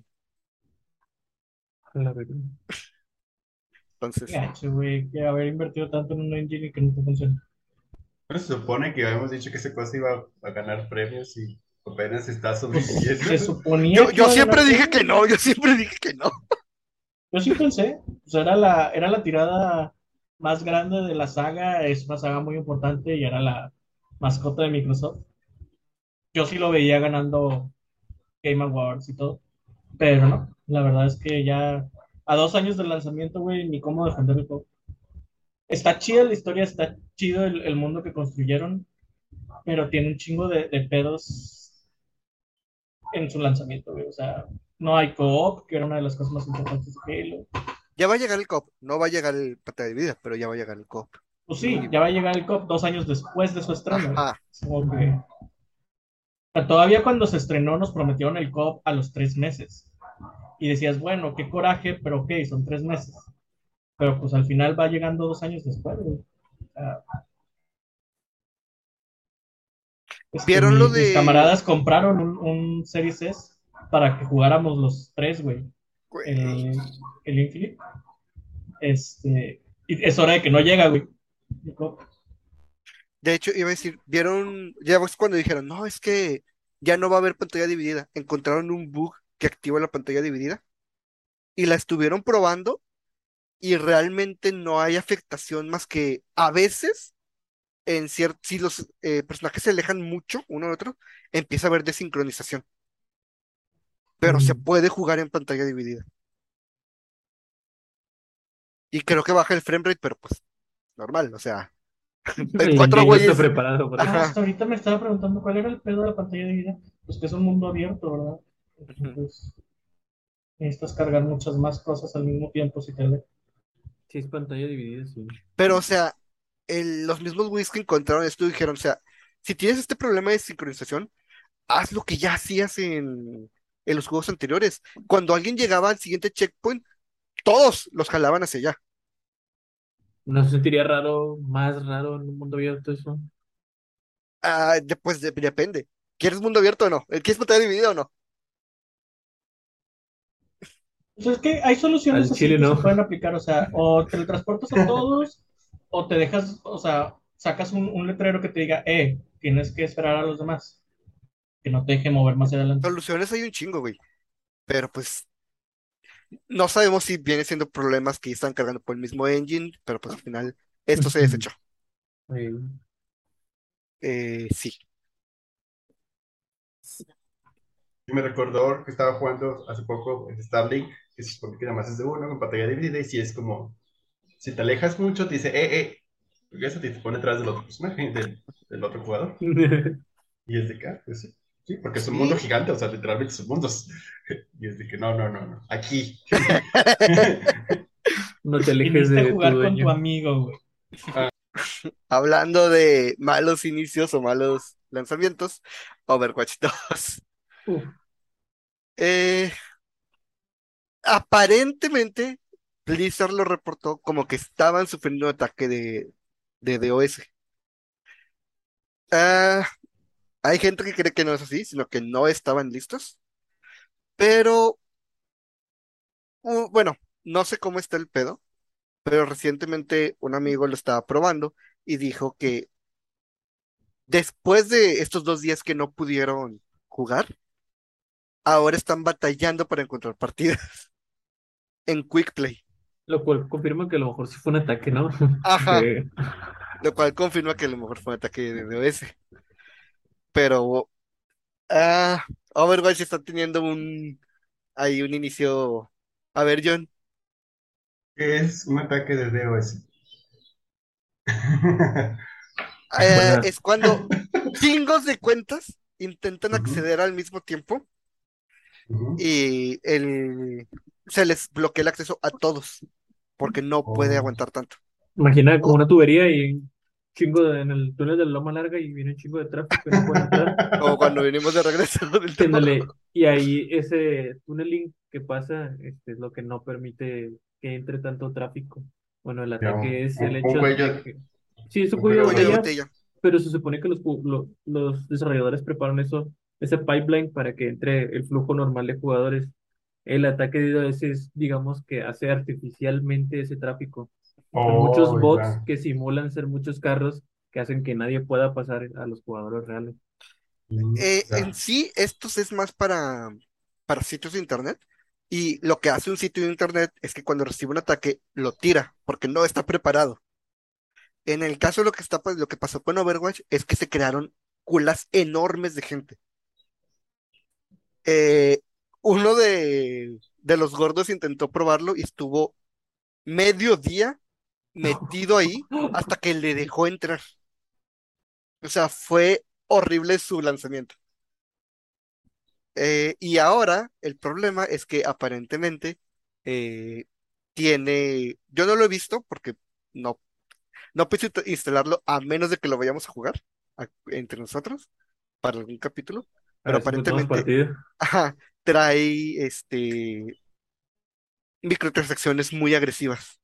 A la verga. Entonces, Gacho, güey, que haber invertido tanto en un engine y que no te funcione. Bueno, se supone que habíamos dicho que ese cosa iba a ganar premios y apenas está Pues sobreviviendo. se suponía yo, que yo iba a siempre ganar dije que premios. no, yo siempre dije que no. Yo sí pensé, pues era la tirada más grande de la saga, es una saga muy importante y era la mascota de Microsoft. Yo sí lo veía ganando Game Awards y todo, pero no, la verdad es que ya a 2 años del lanzamiento, güey, ni cómo defender el juego. Está chida la historia, está chido el mundo que construyeron, pero tiene un chingo de pedos en su lanzamiento, güey. O sea, no hay co-op, que era una de las cosas más importantes de Halo. Ya va a llegar el COP, no va a llegar el pantalla de vida, pero ya va a llegar el COP. Pues sí, ya va a llegar el co-op 2 años después de su estreno, güey. Ajá. Es como que... o sea, todavía cuando se estrenó nos prometieron el co-op a los 3 meses. Y decías, bueno, qué coraje, pero ok, son 3 meses. Pero pues al final va llegando 2 años después, güey. O sea, ¿Vieron lo mis de... camaradas compraron un Series S para que jugáramos los tres, güey. Güey. El Infinite. Y es hora de que no llega, güey. De hecho, iba a decir, ¿vieron? Ya ves cuando dijeron, no, es que ya no va a haber pantalla dividida. Encontraron un bug que activa la pantalla dividida y la estuvieron probando y realmente no hay afectación más que a veces, si los personajes se alejan mucho uno del otro, empieza a haber desincronización, pero se Mm. puede jugar en pantalla dividida. Y creo que baja el frame rate, pero pues normal, o sea, El cuatro engine no está güeyes, preparado para eso. ajá. Hasta ahorita me estaba preguntando cuál era el pedo de la pantalla de vida. Pues que es un mundo abierto, ¿verdad? Ujú. Entonces, necesitas cargar muchas más cosas al mismo tiempo si te alejas. Si es pantalla dividida, sí. Pero, o sea, los mismos güeyes que encontraron esto dijeron, o sea, si tienes este problema de sincronización, haz lo que ya hacías en los juegos anteriores. Cuando alguien llegaba al siguiente checkpoint, todos los jalaban hacia allá. ¿No se sentiría raro, más raro en un mundo abierto eso? Ah, después depende. ¿Quieres mundo abierto o no? ¿Quieres pantalla dividida o no? Pues es que hay soluciones Al así chile que se no. pueden aplicar. O sea, o teletransportas a todos, o te dejas, o sea, sacas un letrero que te diga, tienes que esperar a los demás, que no te deje mover más adelante. Soluciones hay un chingo, güey. Pero pues no sabemos si viene siendo problemas que están cargando por el mismo engine, pero pues al final esto se desechó. Eh, Sí. Yo me recordó que estaba jugando hace poco en Starlink, que se supone que nada más es de uno, con pantalla dividida, y si es como, si te alejas mucho, te dice, porque eso te pone atrás del otro personaje, del otro jugador. Y es de que, pues sí, sí, porque es un mundo Sí. gigante, o sea, literalmente son mundos. Y es de que, no, aquí. No te alejes Viniste a de tu jugar con tu dueño. amigo, güey. Hablando de malos inicios o malos lanzamientos, Overwatch 2. Uf, Eh, Aparentemente, Blizzard lo reportó como que estaban sufriendo un ataque de DOS. Ah, hay gente que cree que no es así, sino que no estaban listos. Pero, bueno, no sé cómo está el pedo, pero recientemente un amigo lo estaba probando y dijo que después de estos 2 días que no pudieron jugar, ahora están batallando para encontrar partidas en Quick Play. lo cual confirma que a lo mejor sí fue un ataque, ¿no? Ajá, Que lo cual confirma que a lo mejor fue un ataque de DOS. Pero Overwatch está teniendo ahí un inicio. A ver, John, Es un ataque de DOS. buena. es cuando chingos de cuentas intentan Ujú, acceder al mismo tiempo ujú. y se les bloquea el acceso a todos porque no puede Oh. aguantar tanto. Imagina como O, una tubería y un en el túnel de la Loma Larga y viene un chingo de tráfico y no pueden entrar. o cuando venimos de regreso del Ándale, trabajo. y ahí ese tunneling que pasa, es lo que no permite que entre tanto tráfico. Bueno, el Ya, ataque es el un hecho de cuello, que sí, es un un cuello cuello de de Cuello de botella. botella, botella. pero se supone que los desarrolladores preparan ese pipeline para que entre el flujo normal de jugadores. El ataque de DDoS es, digamos, que hace artificialmente ese tráfico. Son muchos Oh, bots ya. que simulan ser muchos carros que hacen que nadie pueda pasar a los jugadores reales. O En sea, sí, estos es más para sitios de internet. Y lo que hace un sitio de internet es que cuando recibe un ataque, lo tira, porque no está preparado. En el caso de lo que pasó con Overwatch es que se crearon culas enormes de gente. Eh, uno de los gordos intentó probarlo y estuvo medio día metido ahí hasta que le dejó entrar. O sea, fue horrible su lanzamiento. Y ahora el problema es que aparentemente eh, yo no lo he visto porque no, no pienso instalarlo a menos de que lo vayamos a jugar entre nosotros para algún capítulo, A pero ver si encontramos aparentemente partido. ajá, trae microtransacciones muy agresivas.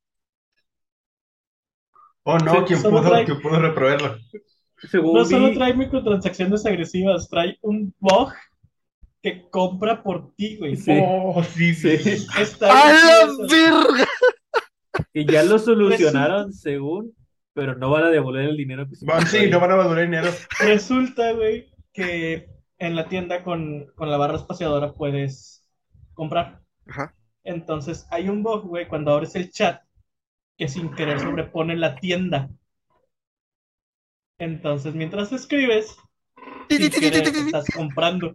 Oh no, Solo trae, quién pudo reprobarlo? no Según solo vi, trae microtransacciones agresivas, trae un bug que compra por ti, güey. sí, Oh, sí, sí, sí. sí, Está ¡A bien la chido eso. verga! que ya lo Resulta, solucionaron según, pero no van a devolver el dinero que se Bueno, puso sí, no ahí. van a valorar dinero. resulta, güey, que en la tienda con la barra espaciadora puedes comprar. Ajá. Entonces hay un bug, güey, cuando abres el chat que sin querer sobrepone la tienda. Entonces, mientras escribes, sin querer estás comprando.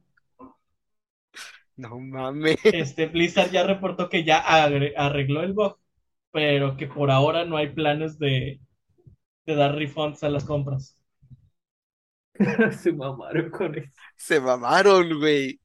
No mames. Blizzard ya reportó que ya arregló el bug, pero que por ahora no hay planes de dar refunds a las compras. Se mamaron con eso. Se mamaron, güey.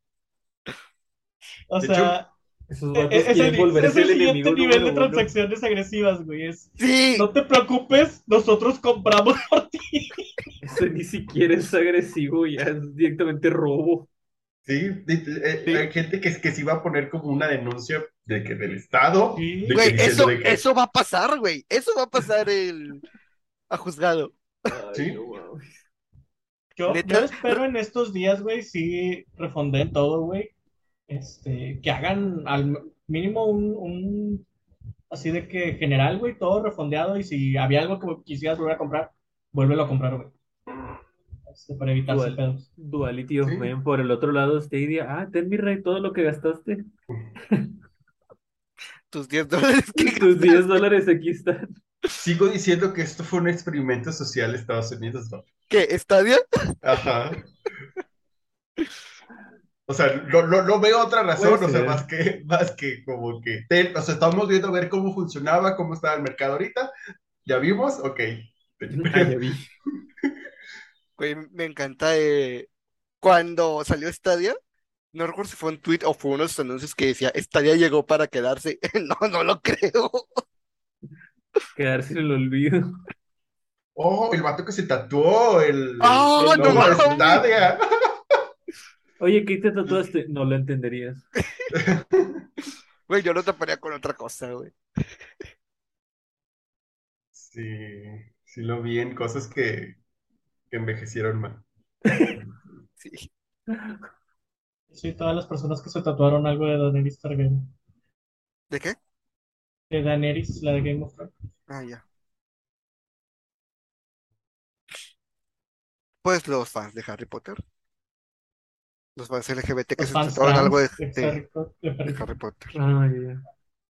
O De hecho, sea, Esos vatos quieren es volverse el el siguiente enemigo nivel de número uno. transacciones agresivas, güey. Sí, No te preocupes, nosotros compramos por ti. Eso ni siquiera es agresivo, ya es directamente robo. sí, sí. hay gente que sí va a poner como una denuncia de que del Estado, de Sí. que Güey, diciendo de que, eso va a pasar, güey. Eso va a pasar a juzgado. Ay, sí, no mames. Yo Neta, espero en estos días, güey, sí refonden todo, güey. Que hagan al mínimo así de que general, güey, todo refondeado. Y si había algo que quisieras volver a comprar, vuélvelo a comprar, güey. Para evitarse pedos. Duality of sí. Man. Por el otro lado, Stadia. Ah, ten mi rey todo lo que gastaste. tus $10 que Tus gastaste. $10 aquí están. Sigo diciendo que esto fue un experimento social de Estados Unidos, ¿no? ¿Qué? ¿Estadia? Ajá. O sea, no veo otra Puede razón, o sea, ser. más que como que, o sea, estamos viendo a ver cómo funcionaba, cómo estaba el mercado ahorita, ya vimos, ok. Ah, ya vi. Güey, me encanta cuando salió Stadia. No recuerdo si fue un tweet o fue uno de esos anuncios que decía Stadia llegó para quedarse. No, no lo creo. Quedarse en el olvido. Oh, el vato que se tatuó ¡Ah, el El no logo de logo. mames! Stadia. Oye, ¿qué te tatuaste? No lo entenderías. Güey, yo lo taparía con otra cosa, güey. Sí, sí lo vi en cosas que envejecieron mal. Sí. Sí, todas las personas que se tatuaron algo de Daenerys Targaryen. ¿De qué? De Daenerys, la de Game of Thrones. Ah, ya. Pues los fans de Harry Potter. Los fans LGBT que Los se fans trataron algo trans de de Harry Harry Potter. Potter. Ah, ya.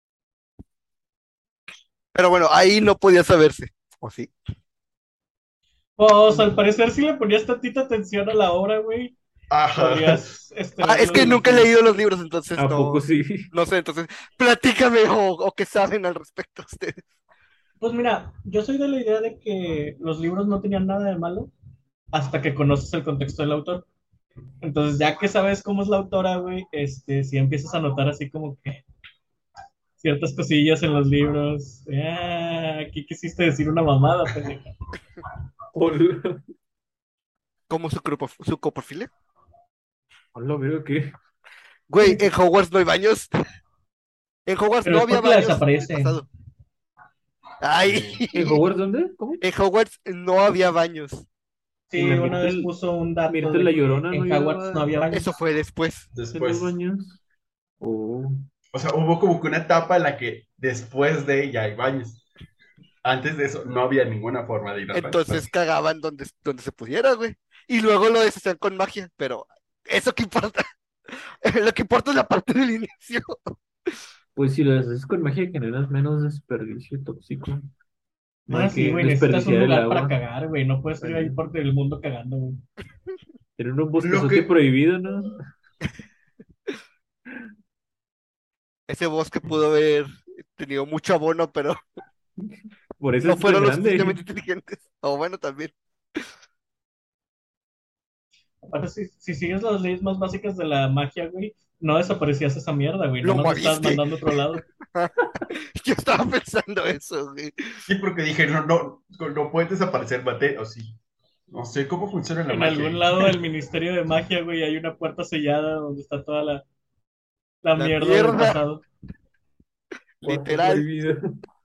Pero bueno, ahí no podía saberse. ¿O sí? Pues al parecer si le ponías tantita atención a la obra, güey, Ajá. podrías Ah, es verlo que de los nunca he dos. leído los libros, entonces ¿A poco no, sí? no sé. Entonces, platícame o qué saben al respecto ustedes. Pues mira, yo soy de la idea de que los libros no tenían nada de malo hasta que conoces el contexto del autor. Entonces, ya que sabes cómo es la autora, güey, si empiezas a notar así como que ciertas cosillas en los libros. Aquí quisiste decir una mamada, pendeja. Hola. ¿Cómo su coprofilia? Hola, veo que. Güey, en Hogwarts no hay baños. En Hogwarts Pero no es había porque la baños en el desaparecen. pasado. Ay, Sí. ¿En Hogwarts dónde? ¿Cómo? en Hogwarts no había baños. En Sí, la una vez puso un dato Myrtle de la que Llorona no en Hogwarts no llevaba había Eso baños. fue después. en los Después. baños. Oh. O sea, hubo como que una etapa en la que después de ya hay baños. Antes de eso no había ninguna forma de ir al baño. Entonces cagaban donde se pudiera, güey. Y luego lo deshacían con magia. Pero, ¿eso qué importa? Lo que importa es la parte del inicio. Pues si lo haces con magia generas menos desperdicio tóxico. No hay Sí, que güey, necesitas un desperdiciar el lugar para agua. cagar, güey. No puedes ir ahí Bueno, por el mundo cagando, güey. Tener un lo bosquezote que, prohibido, ¿no? Ese bosque pudo haber tenido mucho abono, pero Por eso no es tan fueron lo grande. suficientemente inteligentes. O bueno, también. Aparte, si sigues las leyes más básicas de la magia, güey, no desaparecías esa mierda, güey. Lo Nada más lo estabas moviste. mandando a otro lado. Yo estaba pensando eso, güey. sí, porque dije, no puedes desaparecer, mate, o sí. No sé cómo funciona la En magia algún ahí. lado del Ministerio de Magia, güey, hay una puerta sellada donde está toda la La mierda del mierda, pasado. Cuarto literal. prohibido.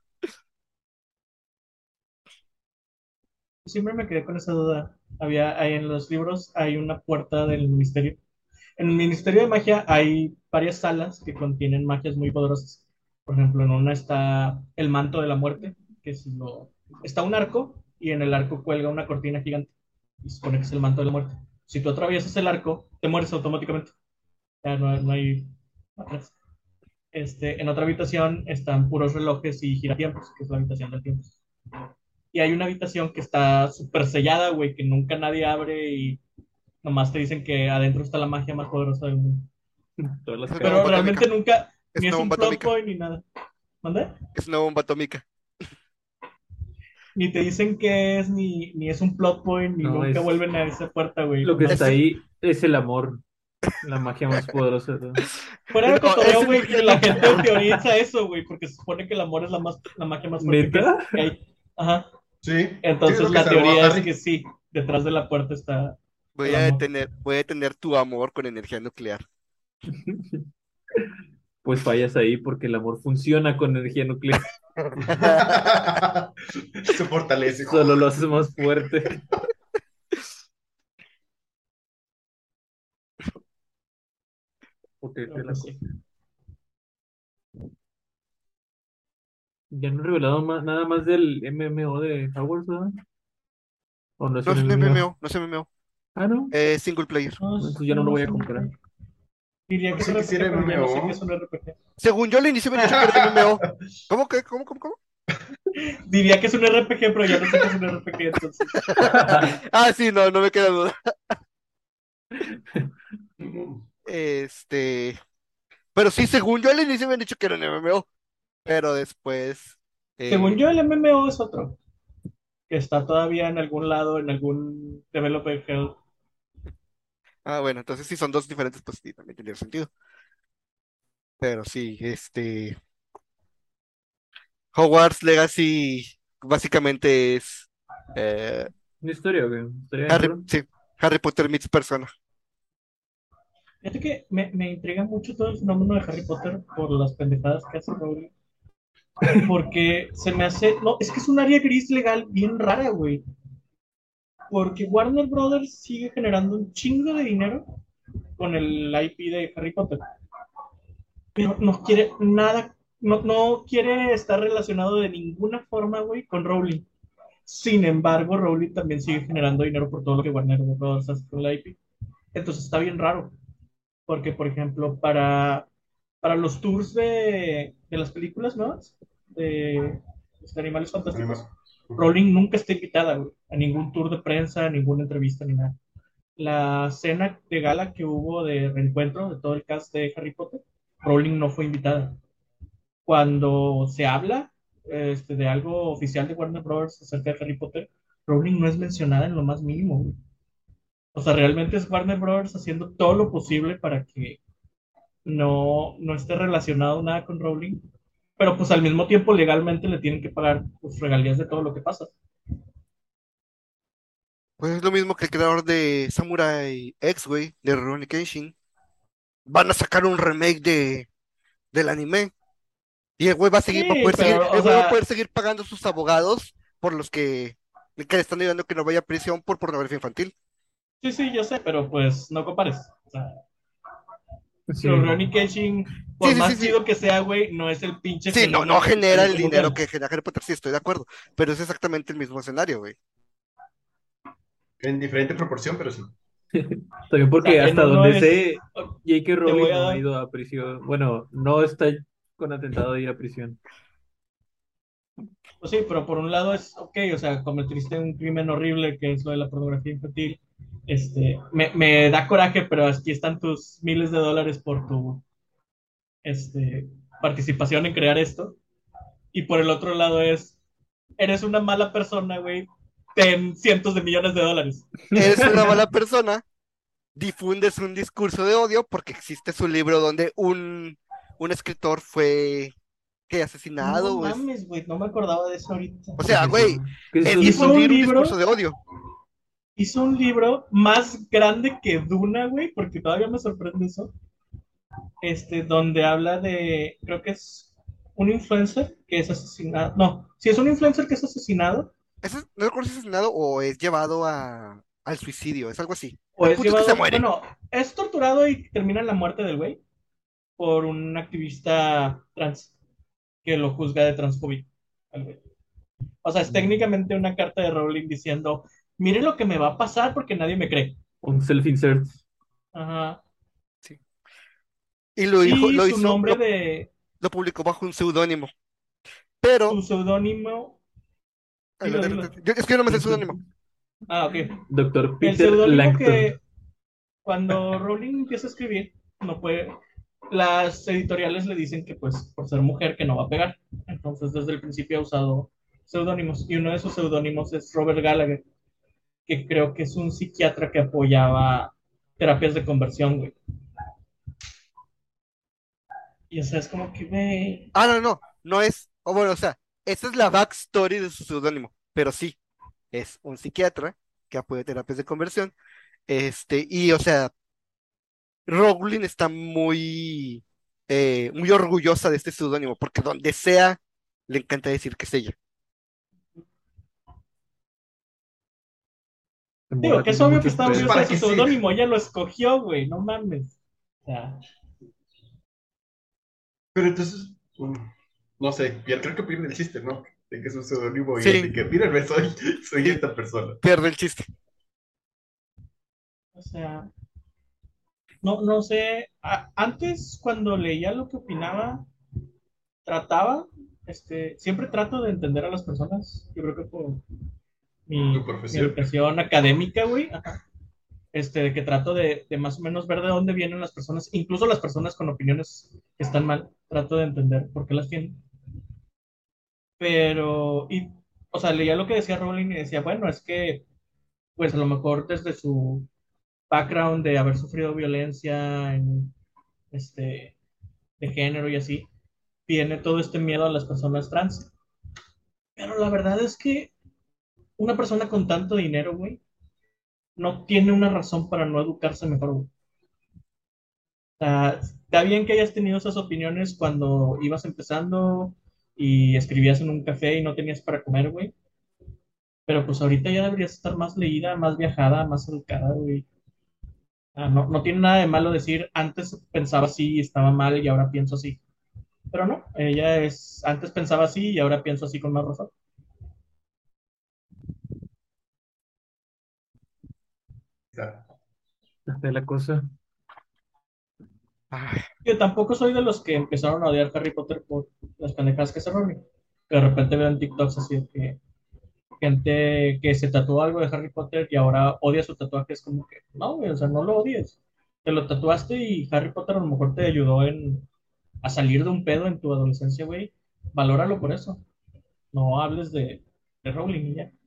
Siempre me quedé con esa duda. Ahí en los libros hay una puerta del ministerio. En el Ministerio de Magia hay varias salas que contienen magias muy poderosas. Por ejemplo, en una está el manto de la muerte, que si lo... está un arco y en el arco cuelga una cortina gigante. Y se supone que es el manto de la muerte. Si tú atraviesas el arco, te mueres automáticamente. Ya no hay atrás. En otra habitación están puros relojes y giratiempos, que es la habitación del tiempo. Y hay una habitación que está súper sellada, güey, que nunca nadie abre y nomás te dicen que adentro está la magia más poderosa del mundo. Todas las Es una Pero bomba cartas. realmente atómica. nunca, Es ni una es un bomba plot atómica. point ni nada. ¿Mande? Es una bomba atómica. Ni te dicen qué es, ni es un plot point, ni No, nunca es vuelven a esa puerta, güey. lo que Es, está ahí es el amor, la magia más poderosa de todo. Fuera de no, es cotorreo, güey, energía la gente nuclear. teoriza eso, güey, porque se supone que el amor es la magia más fuerte ¿Neta? que hay. Ajá. Sí, sí, es Entonces lo que la salvó a teoría es Harry. que sí, detrás de la puerta está el amor. Voy a detener tu amor con energía nuclear. Pues fallas ahí porque el amor funciona con energía nuclear. Se fortalece. Solo lo haces más fuerte. Porque Pero pues sí. ya no he revelado nada más del MMO de Hogwarts, ¿verdad? ¿O no es No un es un MMO? MMO, no es MMO. Ah, no. Es single player. No, Entonces ya no lo no voy a sé, comprar. diría que es Sí quisiera RPG, pero ya no sé qué es MMO. un RPG. Según yo al inicio me han dicho que era MMO. ¿Cómo que? ¿Cómo? Diría que es un RPG, pero ya no sé qué es un RPG, entonces. Ah, sí, no me queda duda. Mm, Este, pero sí, según yo al inicio me han dicho que era un MMO, pero después, Según eh, yo, el MMO es otro, que está todavía en algún lado, en algún developer hell. bueno, entonces si son dos diferentes, pues sí, también tendría sentido. Pero sí, Hogwarts Legacy básicamente es eh, ¿Una historia o qué? ¿Historia de aventura? Sí, Harry Potter meets Persona. Fíjate que me intriga mucho todo el fenómeno de Harry Potter por las pendejadas que hace Rowling. Porque se me hace. No, es que es un área gris legal bien rara, güey. Porque Warner Brothers sigue generando un chingo de dinero con el IP de Harry Potter. Pero no quiere nada. No quiere estar relacionado de ninguna forma, güey, con Rowling. Sin embargo, Rowling también sigue generando dinero por todo lo que Warner Bros. Hace con la IP. Entonces está bien raro. Porque, por ejemplo, para los tours de las películas nuevas de Animales Fantásticos, anima- Rowling nunca está invitada, güey, a ningún tour de prensa, a ninguna entrevista ni nada. La cena de gala que hubo de reencuentro de todo el cast de Harry Potter, Rowling no fue invitada. Cuando se habla de algo oficial de Warner Bros. Acerca de Harry Potter, Rowling no es mencionada en lo más mínimo, güey. O sea, realmente es Warner Bros. Haciendo todo lo posible para que no esté relacionado nada con Rowling, pero pues al mismo tiempo legalmente le tienen que pagar pues, regalías de todo lo que pasa. Pues es lo mismo que el creador de Samurai X, güey, de Rurouni Kenshin. Van a sacar un remake del anime. Y el güey Sí, pero, o el güey va a sea, poder seguir pagando sus abogados por los que le están ayudando que no vaya a prisión por pornografía infantil. sí, yo sé, pero pues no compares. O sea, Sí. Ronnie Kenshin, por más Sí. chido que sea, güey, no es el pinche Sí, no fenómeno que genera sale el como dinero tal. que genera Harry Potter, sí, estoy de acuerdo. Pero es exactamente el mismo escenario, güey. En diferente proporción, pero sí. También O porque sea, en hasta uno donde es, sé, J.K. te voy Rowling a no ha dar, ido a prisión. Bueno, no está con atentado de ir a prisión. pues sí, pero por un lado es, ok, o sea, cometiste un crimen horrible que es lo de la pornografía infantil. Me da coraje, pero aquí están tus miles de dólares por tu, este, participación en crear esto. Y por el otro lado es, eres una mala persona, güey, ten cientos de millones de dólares. Eres una mala persona, difundes un discurso de odio porque existe su libro donde un escritor fue que No asesinado, pues. mames, güey, no me acordaba de eso ahorita. O ¿Qué es sea, güey, eso? ¿Qué es es eso, Hizo Víctor? un difundir un discurso libro, de odio. hizo un libro más grande que Duna, güey, porque todavía me sorprende eso. Donde habla de, creo que es un influencer que es asesinado. No, si es un influencer que es asesinado, No recuerdo si es asesinado o es llevado al suicidio, es algo así. o El es punto es que se llevado, muere. bueno, es torturado y termina en la muerte del güey por un activista trans que lo juzga de transfóbico al güey. O sea, es técnicamente una carta de Rowling diciendo, mire lo que me va a pasar porque nadie me cree. Un self-insert. Ajá. Sí. Y lo dijo, Y su nombre de lo publicó bajo un seudónimo. Pero, su seudónimo, dilo, adelante, dilo. adelante. Es que yo no me sé el seudónimo. Ah, ok. Doctor El Peter seudónimo Langton. que cuando Rowling empieza a escribir, no puede, las editoriales le dicen que pues por ser mujer que no va a pegar. Entonces desde el principio ha usado seudónimos y uno de sus seudónimos es Robert Gallagher, que creo que es un psiquiatra que apoyaba terapias de conversión, güey. Y o sea, es como que, güey, Ah, no es. O bueno, o sea, esa es la backstory de su seudónimo. Pero sí, es un psiquiatra que apoya terapias de conversión. Y o sea, Rowling está muy orgullosa de este seudónimo, porque donde sea, le encanta decir que es ella. La digo morra que es tiene obvio que muchos está Entonces, orgullosa pedos. de ¿para su qué sí? seudónimo, ella lo escogió, güey, no mames. O sea, Pero entonces, no sé, ya creo que pierde el chiste, ¿no? De que es un seudónimo y es de Sí, que, mírenme, soy sí, esta persona. pierde el chiste. o sea, no sé, antes cuando leía lo que opinaba, trataba, siempre trato de entender a las personas, yo creo que por Tu mi profesión. educación académica, güey, ajá, de que trato de más o menos ver de dónde vienen las personas, incluso las personas con opiniones que están mal, trato de entender por qué las tienen. Pero, o sea, leía lo que decía Rowling y decía, bueno, es que, pues a lo mejor desde su background de haber sufrido violencia este, de género y así, viene todo este miedo a las personas trans. Pero la verdad es que una persona con tanto dinero, güey, no tiene una razón para no educarse mejor, güey. O sea, está bien que hayas tenido esas opiniones cuando ibas empezando y escribías en un café y no tenías para comer, güey. Pero pues ahorita ya deberías estar más leída, más viajada, más educada, güey. No tiene nada de malo decir, antes pensaba así y estaba mal y ahora pienso así. Pero no, antes pensaba así y ahora pienso así con más razón. Hasta la cosa. Ay, Yo tampoco soy de los que empezaron a odiar Harry Potter por las pendejadas que se roban. De repente veo en TikToks así de que gente que se tatuó algo de Harry Potter y ahora odia su tatuaje. Es como que, no, güey, o sea, no lo odies. Te lo tatuaste y Harry Potter a lo mejor te ayudó a salir de un pedo en tu adolescencia, güey. Valóralo por eso. No hables de Rowling y ya.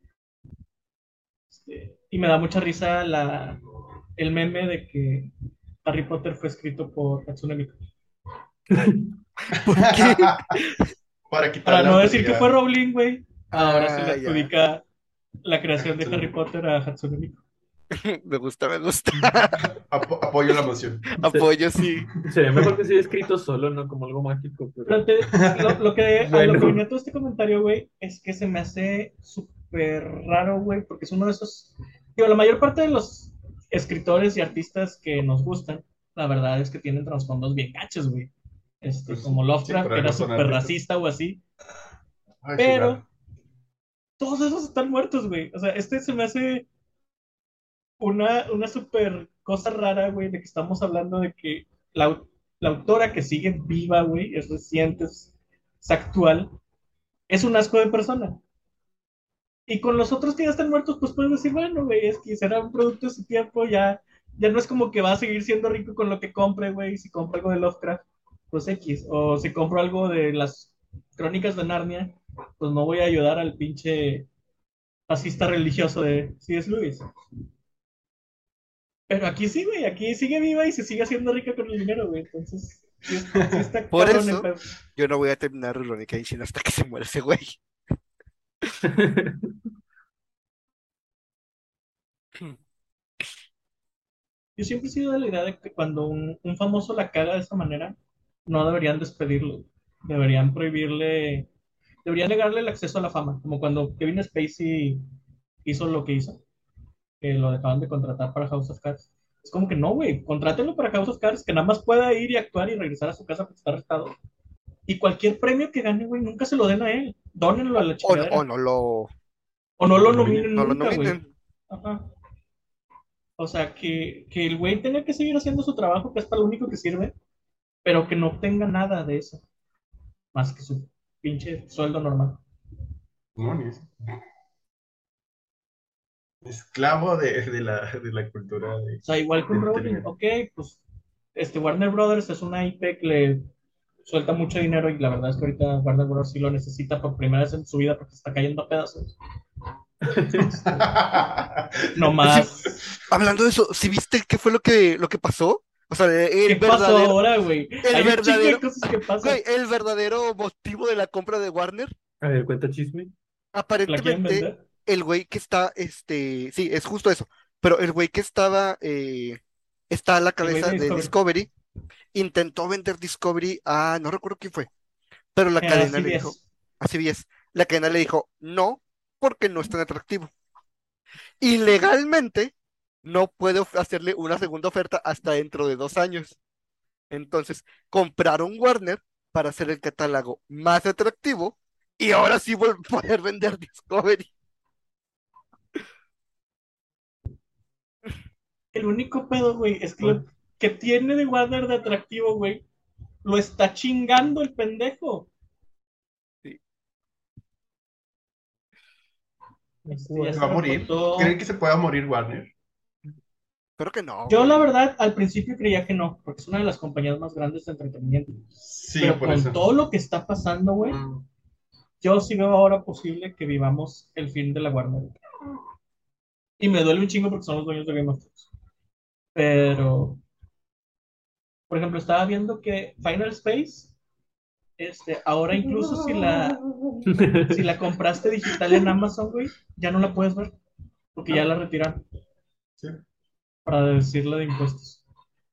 Y me da mucha risa el meme de que Harry Potter fue escrito por Hatsune Miku. ¿por qué? Para quitar Para la no decir que fue autoridad. Rowling, güey, ahora se le Ah, ya. adjudica la creación de Hatsune Harry Miku. Potter a Hatsune Miku. Me gusta, me gusta. Apoyo la moción. Apoyo, sí. Sería mejor que se haya escrito solo, ¿no? Como algo mágico, pero... Pero a lo que Bueno. venía todo este comentario, güey, es que se me hace súper raro, güey, porque es uno de esos. Digo, la mayor parte de los escritores y artistas que nos gustan, la verdad es que tienen trasfondos bien gachos, güey. Pues, Como sí, Lovecraft, por que era algo son súper artistas. racista o así, Ay, pero chulada. todos esos están muertos, güey. O sea, se me hace una super cosa rara, güey, de que estamos hablando de que la autora que sigue viva, güey, es reciente, es actual, es un asco de persona. Y con los otros que ya están muertos, pues puedes decir, bueno, güey, es que será un producto de su tiempo, ya no es como que va a seguir siendo rico con lo que compre, güey, si compra algo de Lovecraft, pues X, o si compro algo de las crónicas de Narnia, pues no voy a ayudar al pinche fascista religioso de C.S. Lewis. Pero aquí sí, güey, aquí sigue viva y se sigue haciendo rica con el dinero, güey, entonces sí está Por cabrón el eso, pedo. yo no voy a terminar Rurouni Kenshin hasta que se muera ese güey. Yo siempre he sido de la idea de que cuando un famoso la caga de esa manera, no deberían despedirlo. Deberían prohibirle, deberían negarle el acceso a la fama, como cuando Kevin Spacey hizo lo que hizo, que lo dejaban de contratar para House of Cards. Es como que no, güey, contrátenlo para House of Cards, que nada más pueda ir y actuar y regresar a su casa porque está arrestado. Y cualquier premio que gane, güey, nunca se lo den a él. Dónenlo a la O chingadera. no lo, O no lo nominen. nominen no lo nunca, güey. nominen. Ajá. O sea, que el güey tenga que seguir haciendo su trabajo, que es para lo único que sirve, pero que no obtenga nada de eso, más que su pinche sueldo normal. Demonios. Esclavo de la cultura O sea, igual de con Rowling, entretenimiento. ok, pues Warner Brothers es una IP que le suelta mucho dinero y la verdad es que ahorita Warner Brothers sí lo necesita por primera vez en su vida porque está cayendo a pedazos. No Sí, más. hablando de eso, ¿sí viste qué fue lo que pasó? O sea, ¿Qué pasó ahora, güey? el Hay un chingo de verdadero, cosas que pasan. güey, el verdadero motivo de la compra de Warner. A ver, cuenta chisme. ¿La quieren Aparentemente, vender? el güey que está, sí, es justo eso, pero el güey que está a la El güey cabeza de de Discovery. Discovery, intentó vender Discovery a, no recuerdo quién fue, pero la cadena le dijo, CBS. así es, la cadena le dijo, no, porque no es tan atractivo. Y legalmente, no puede hacerle una segunda oferta hasta dentro de 2 años. Entonces, compraron Warner para hacer el catálogo más atractivo y ahora sí poder vender Discovery. El único pedo, güey, es que lo que tiene de Warner de atractivo, güey, lo está chingando el pendejo. Sí. Ya ¿Se se va a morir? ¿Creen reportó. que se pueda morir Warner? Espero que no, Yo, la güey. verdad, al principio creía que no, porque es una de las compañías más grandes de entretenimiento. Sí, Pero por con eso. todo lo que está pasando, güey, yo sí veo ahora posible que vivamos el fin de la Warner. Y me duele un chingo porque son los dueños de Game of Thrones. Pero, por ejemplo, estaba viendo que Final Space, ahora incluso si la compraste digital en Amazon, güey, ya no la puedes ver, porque ya la retiraron Sí, para decirle de impuestos.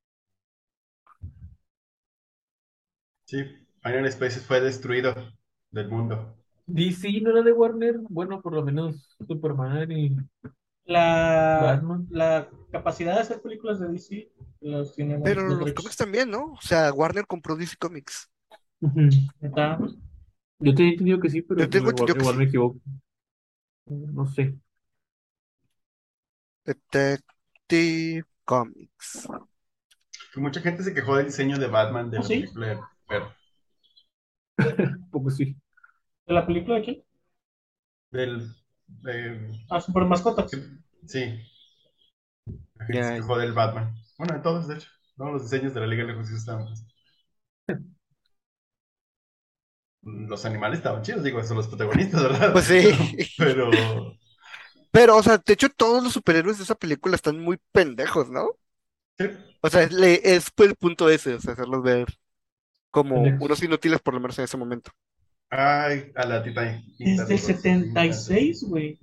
sí. Final Spaces fue destruido del mundo. DC no era de Warner. Bueno, por lo menos Superman y La, Batman. la capacidad de hacer películas de DC los tienen Pero los los cómics derechos. también, ¿no? O sea, Warner compró DC Comics. Ujú. ¿Neta? Yo tenía entendido que sí, pero Yo tengo igual, entendido que igual sí. me equivoco. No sé. Detective Comics. Que mucha gente se quejó del diseño de Batman de ¿Oh, la sí? película pero Poco sí. ¿De la película de quién? del de- Ah, Super Mascotas. sí, la gente se Ya, quejó del Batman. Bueno, de todos, de hecho. Todos los diseños de la Liga de la Justicia estaban así. Los animales estaban chidos, digo, son los protagonistas, ¿verdad? pues sí. Pero Pero, o sea, de hecho, todos los superhéroes de esa película están muy pendejos, ¿no? sí. O sea, fue el punto ese, o sea, hacerlos ver como unos Pendejos. inútiles, por lo menos en ese momento. Ay, a la Tita Desde el 76, güey.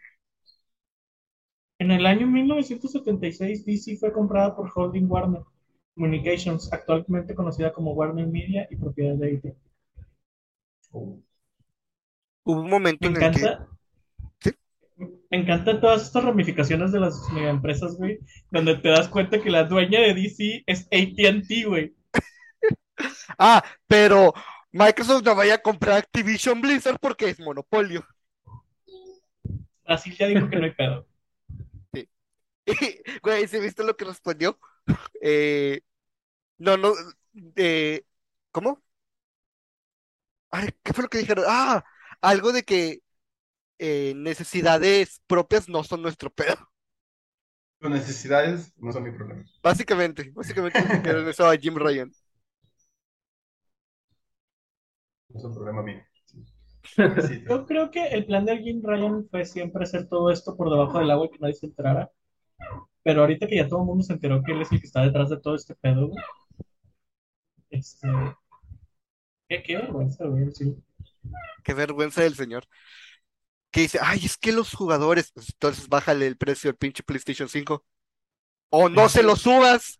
En el año 1976, DC fue comprada por Holding Warner Communications, actualmente conocida como Warner Media y propiedad de AT&T. Hubo un momento Me en el que, encanta, sí, me encantan todas estas ramificaciones de las megaempresas, güey, donde te das cuenta que la dueña de DC es AT&T, güey. pero Microsoft no vaya a comprar Activision Blizzard porque es monopolio. Brasil ya dijo que no hay pedo. Sí. Güey, ¿sí viste lo que respondió? Eh, no, no, eh, ¿cómo? Ay, ¿qué fue lo que dijeron? Ah, algo de que necesidades propias no son nuestro pedo. Tus necesidades no son mi problema. Básicamente le dijeron eso a Jim Ryan. No es un problema mío. Sí. Pobrecito. Yo creo que el plan de Jim Ryan fue siempre hacer todo esto por debajo del agua y que nadie se enterara. Pero ahorita que ya todo el mundo se enteró que él es el que está detrás de todo este pedo, güey, este, qué vergüenza, güey, sí. Qué vergüenza del señor. Que dice, ay, es que los jugadores, pues entonces bájale el precio del pinche PlayStation 5. O no se lo subas.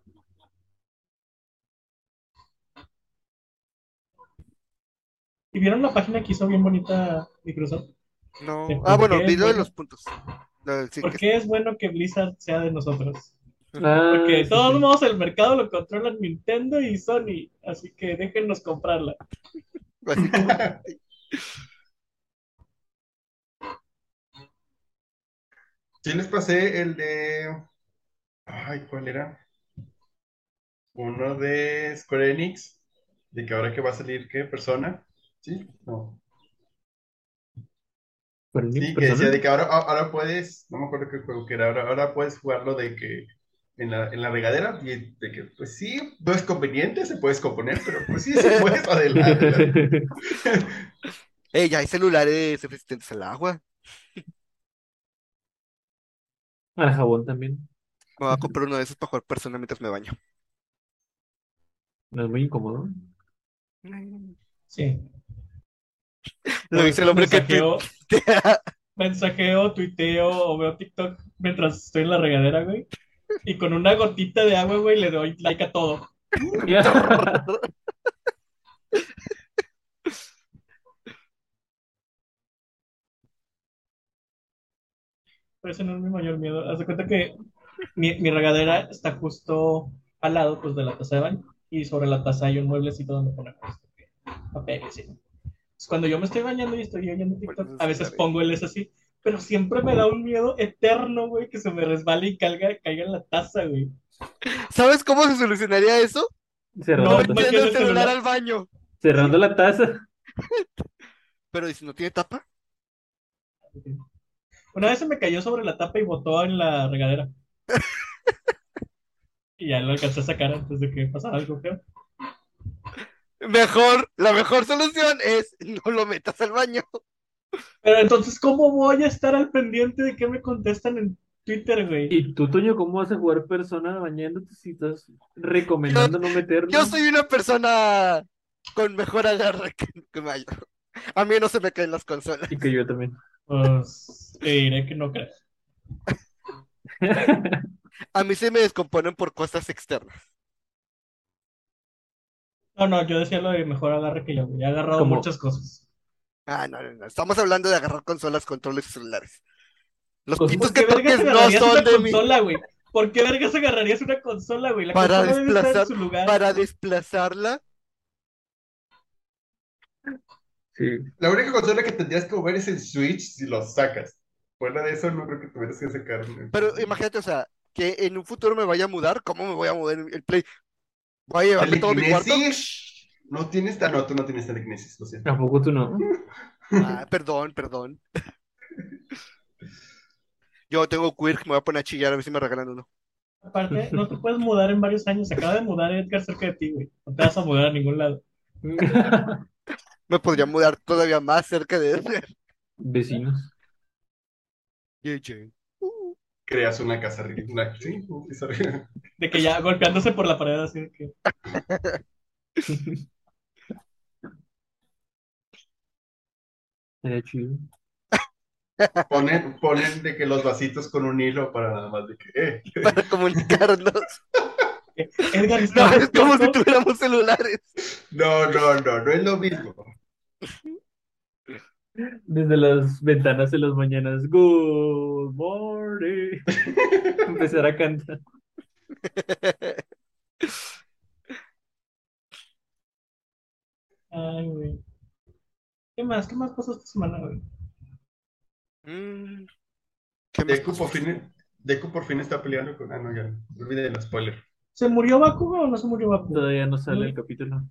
¿Y vieron la página que hizo bien bonita Microsoft? De No. Ah, ¿Por bueno, qué es video de bueno, los puntos. No, sí, por qué es bueno que Blizzard sea de nosotros? Ah, Porque de sí, todos sí. modos el mercado lo controlan Nintendo y Sony, así que déjennos comprarla. básicamente. Sí les pasé el de... Ay, ¿cuál era? Uno de Square Enix, de que ahora que va a salir, ¿qué? ¿Persona? ¿Sí? No. ¿Para una Sí, que decía persona? de que ahora puedes, no me acuerdo qué juego que era, ahora puedes jugarlo de que en la regadera, y de que, pues sí, no es conveniente, se puedes componer, pero pues sí, sí puedes, adelante. Ya hay celulares resistentes al agua. Al jabón también. Me voy a comprar uno de esos para jugar persona mientras me baño. No es muy incómodo. Sí, Lo yo a dice el veces hombre que tuitea. mensajeo, tuiteo o veo TikTok mientras estoy en la regadera, güey. Y con una gotita de agua, güey, le doy like a todo. Pero ese no es mi mayor miedo. Haz de cuenta que mi regadera está justo al lado, pues, de la taza de baño. Y sobre la taza hay un mueblecito donde ponemos papel, sí. Pues, cuando yo me estoy bañando y estoy oyendo Bueno, TikTok, esos a veces celulares. pongo el es así. Pero siempre me da un miedo eterno, güey, que se me resbale y caiga en la taza, güey. ¿Sabes cómo se solucionaría eso? Cerrando No la No taza. metiendo metiendo el el celular celular. al baño. Cerrando la taza. Pero ¿y si no tiene tapa? Una vez se me cayó sobre la tapa y botó en la regadera. Y ya lo alcancé a sacar antes de que pasara algo feo. La mejor solución es no lo metas al baño. Pero entonces, ¿cómo voy a estar al pendiente de qué me contestan en Twitter, güey? ¿Y tú, Toño, cómo vas a jugar persona bañándote si estás Yo, recomendando no yo meterlo? soy una persona con mejor agarre que Mayo. A mí no se me caen las consolas. Y que yo también. Pues te diré que no creo. A mí se me descomponen por cosas externas. No, no, yo decía lo de mejor agarre que yo, güey. He agarrado Como, muchas cosas. Ah, no, no, no. Estamos hablando de agarrar consolas, controles y celulares. Los cosas pitos ¿Por que qué vergas toques no agarrarías son una de mí. consola, güey? ¿Por qué vergas agarrarías una consola, güey? La Para consola debe estar en desplazar, su lugar. para desplazarla. sí. La única consola que tendrías que mover es el Switch si lo sacas. Fuera de eso, no creo que tuvieras que sacar. Pero imagínate, o sea, que en un futuro me vaya a mudar. ¿Cómo me voy a mover el Play? ¿Voy a llevarme todo mi cuarto? ¿Telequinesis? No tienes, no, tú no tienes telequinesis, lo siento. ¿A poco tú no? Ah, perdón, perdón. Yo tengo queer, me voy a poner a chillar a ver si me regalan uno. Aparte, no te puedes mudar en varios años. Se acaba de mudar Edgar cerca de ti, güey. No te vas a mudar a ningún lado. Me podría mudar todavía más cerca de él. Vecinos. Yeah, yeah. Creas una casa ridícula. Sí, una casa ridícula. De que ya golpeándose por la pared, así de que. Sería chido. Ponen de que los vasitos con un hilo para nada más de que, Para comunicarnos. Edgar, No, ¿estás es como si despierto? tuviéramos celulares. No, no, no, no es lo mismo. Desde las ventanas de las mañanas. Good morning. Empezar a cantar. Ay, güey. ¿Qué más? ¿Qué más pasó esta semana, güey? Mm, ¿Qué más De cupo pasó? Deku por fin está peleando con... Ah, no, ya. No olviden el spoiler. ¿Se murió Bakugo o no se murió Bakugo? Todavía no sale el capítulo.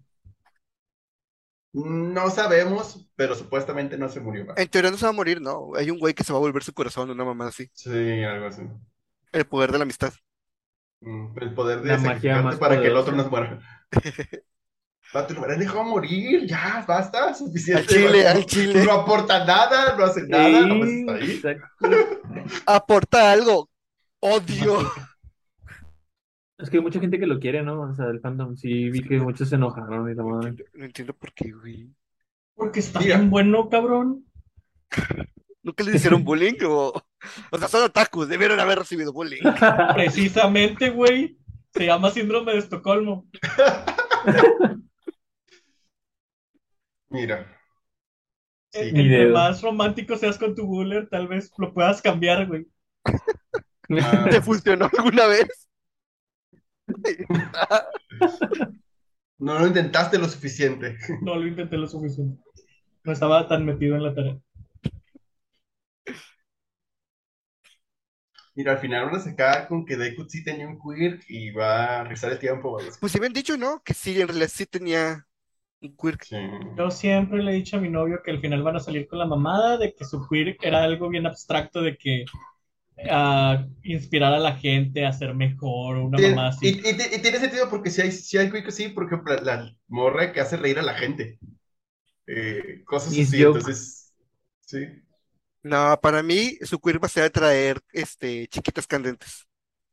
No sabemos, pero supuestamente no se murió. En teoría no se va a morir, ¿no? Hay un güey que se va a volver su corazón, una mamá así. Sí, algo así. El poder de la amistad. El poder La de magia sacrificarte más para que el otro poderosa. no muera. Vato, lo hubieran dejado morir, ya, basta, Al suficiente. chile, Vato. al chile. No aporta nada, no hace nada, nomás está ahí. Exacto. Aporta algo. Odio. Es que hay mucha gente que lo quiere, ¿no? O sea, el fandom. Sí, vi que muchos se enojaron y la madre. No entiendo por qué, güey. Porque está Mira. bien bueno, cabrón. ¿Nunca les hicieron bullying? O sea, son otakus, debieron haber recibido bullying. Precisamente, güey. Se llama síndrome de Estocolmo. Mira. Sí, Entre Video. más romántico seas con tu buller, tal vez lo puedas cambiar, güey. ¿Te funcionó alguna vez? no lo intentaste lo suficiente. No lo intenté lo suficiente. No estaba tan metido en la tarea. Mira, al final van a sacar con que Deku sí tenía un quirk y va a regresar el tiempo o algo así. Pues si habían dicho, ¿no? Que sí, en realidad sí tenía un quirk. Sí. Yo siempre le he dicho a mi novio que al final van a salir con la mamada de que su quirk era algo bien abstracto de que inspirar a la gente a ser mejor o una mamá así. Y tiene sentido porque si hay quirk, sí, por ejemplo, la morra que hace reír a la gente. Cosas Miss así, Joke. entonces, sí. No, para mí su quirk va a ser traer chiquitas candentes.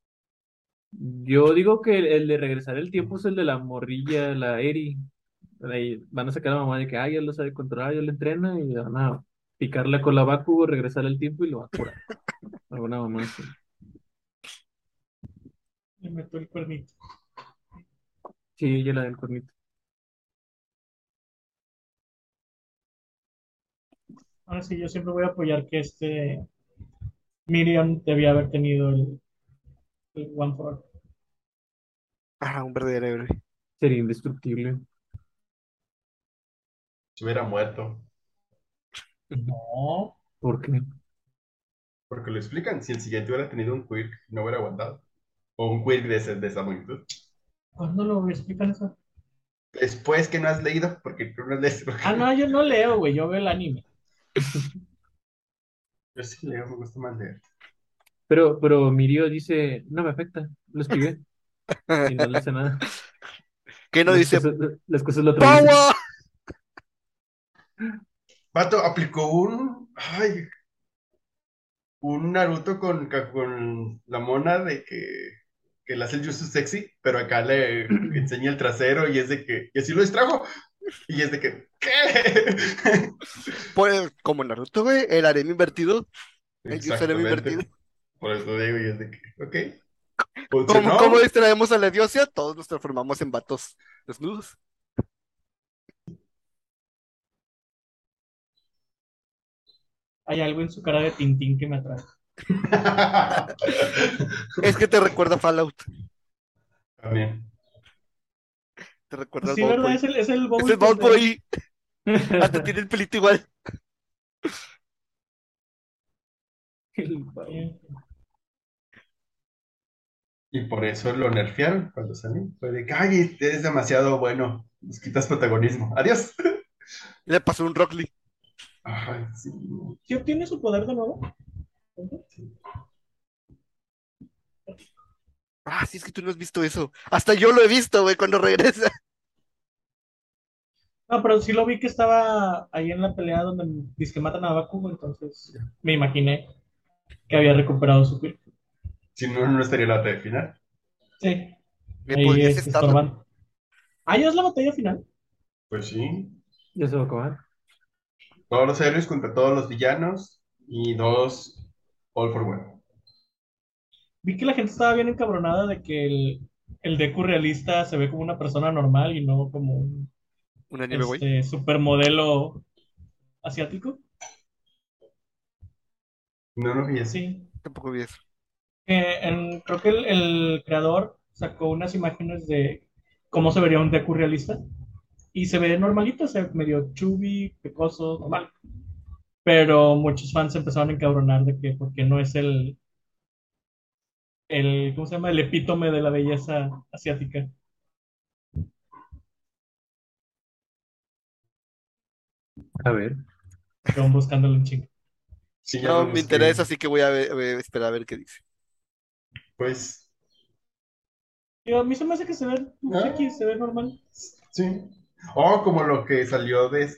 Yo digo que el de regresar el tiempo es el de la morrilla, la Eri. Ahí van a sacar a la mamá de que, ya lo sabe controlar, ya lo entrena y van a picarle con la Bakugo, regresar el tiempo y lo va a curar. Alguna mamá así. Le meto el cuernito. Sí, ya la del cuernito. Ahora sí, yo siempre voy a apoyar que Miriam debía haber tenido el One for All. Ah, un verdadero héroe. Sería indestructible. Se hubiera muerto. No, ¿Por qué? Porque lo explican, si el siguiente hubiera tenido un quirk, no hubiera aguantado. O un quirk de esa magnitud. ¿cuándo lo explican eso? Después que no has leído, porque tú no has leído. Ah, no, yo no leo, güey, yo veo el anime. Yo sí leo, me gusta más leer. Pero Mirio dice, no me afecta, lo escribí y no le hace nada. ¿Qué no dice? Las cosas lo atraviesan. ¡Power! Pato aplicó un Naruto con la mona de que le hace el jutsu sexy, pero acá le enseña el trasero y es de que, y así lo distrajo, y es de que, ¿qué? Como Naruto, güey, el harem invertido. El user harem Exactamente. invertido. Por eso digo, y es de que, ok, ¿Cómo funcionó. distraemos a la diosa? Todos nos transformamos en vatos desnudos. Hay algo en su cara de Tintín que me atrae. Es que te recuerda a Fallout. También. Te recuerda Pues al sí, Vault ¿verdad? Boy. Es el Es el Bowl Vault Boy. Hasta tiene el pelito igual. Y por eso lo nerfearon cuando salió. Fue de que, ay, eres demasiado bueno, nos quitas protagonismo. Adiós. Le pasó un Rock Lee. Ay, sí. ¿Sí obtiene su poder de nuevo? Ah, sí, es que tú no has visto eso. Hasta yo lo he visto, güey, cuando regresa. No, pero sí lo vi que estaba ahí en la pelea donde dice que matan a Bakugo, entonces me imaginé que había recuperado su cuerpo. Si no, no estaría la batalla final. Sí, Me ahí podrías estar. estorbando. Ah, ya es la batalla final. Pues sí. Ya se va a acabar. Todos los héroes contra todos los villanos y dos All for One. Vi que la gente estaba bien encabronada de que el Deku realista se ve como una persona normal y no como un Un anime, güey. supermodelo asiático. No lo vi así. Sí. Tampoco vi eso. Creo que el creador sacó unas imágenes de cómo se vería un Deku realista y se ve normalito, o sea, medio chubby, pecoso, normal. Pero muchos fans empezaron a encabronar de que porque no es ¿cómo se llama? El epítome de la belleza asiática. A ver. Estaban buscándolo un chingo. Sí, ya No, lo me interesa, busqué. así que voy a esperar a ver qué dice. Pues, Digo, a mí se me hace que se ve ah, X, se ve normal. sí. Oh, como lo que salió de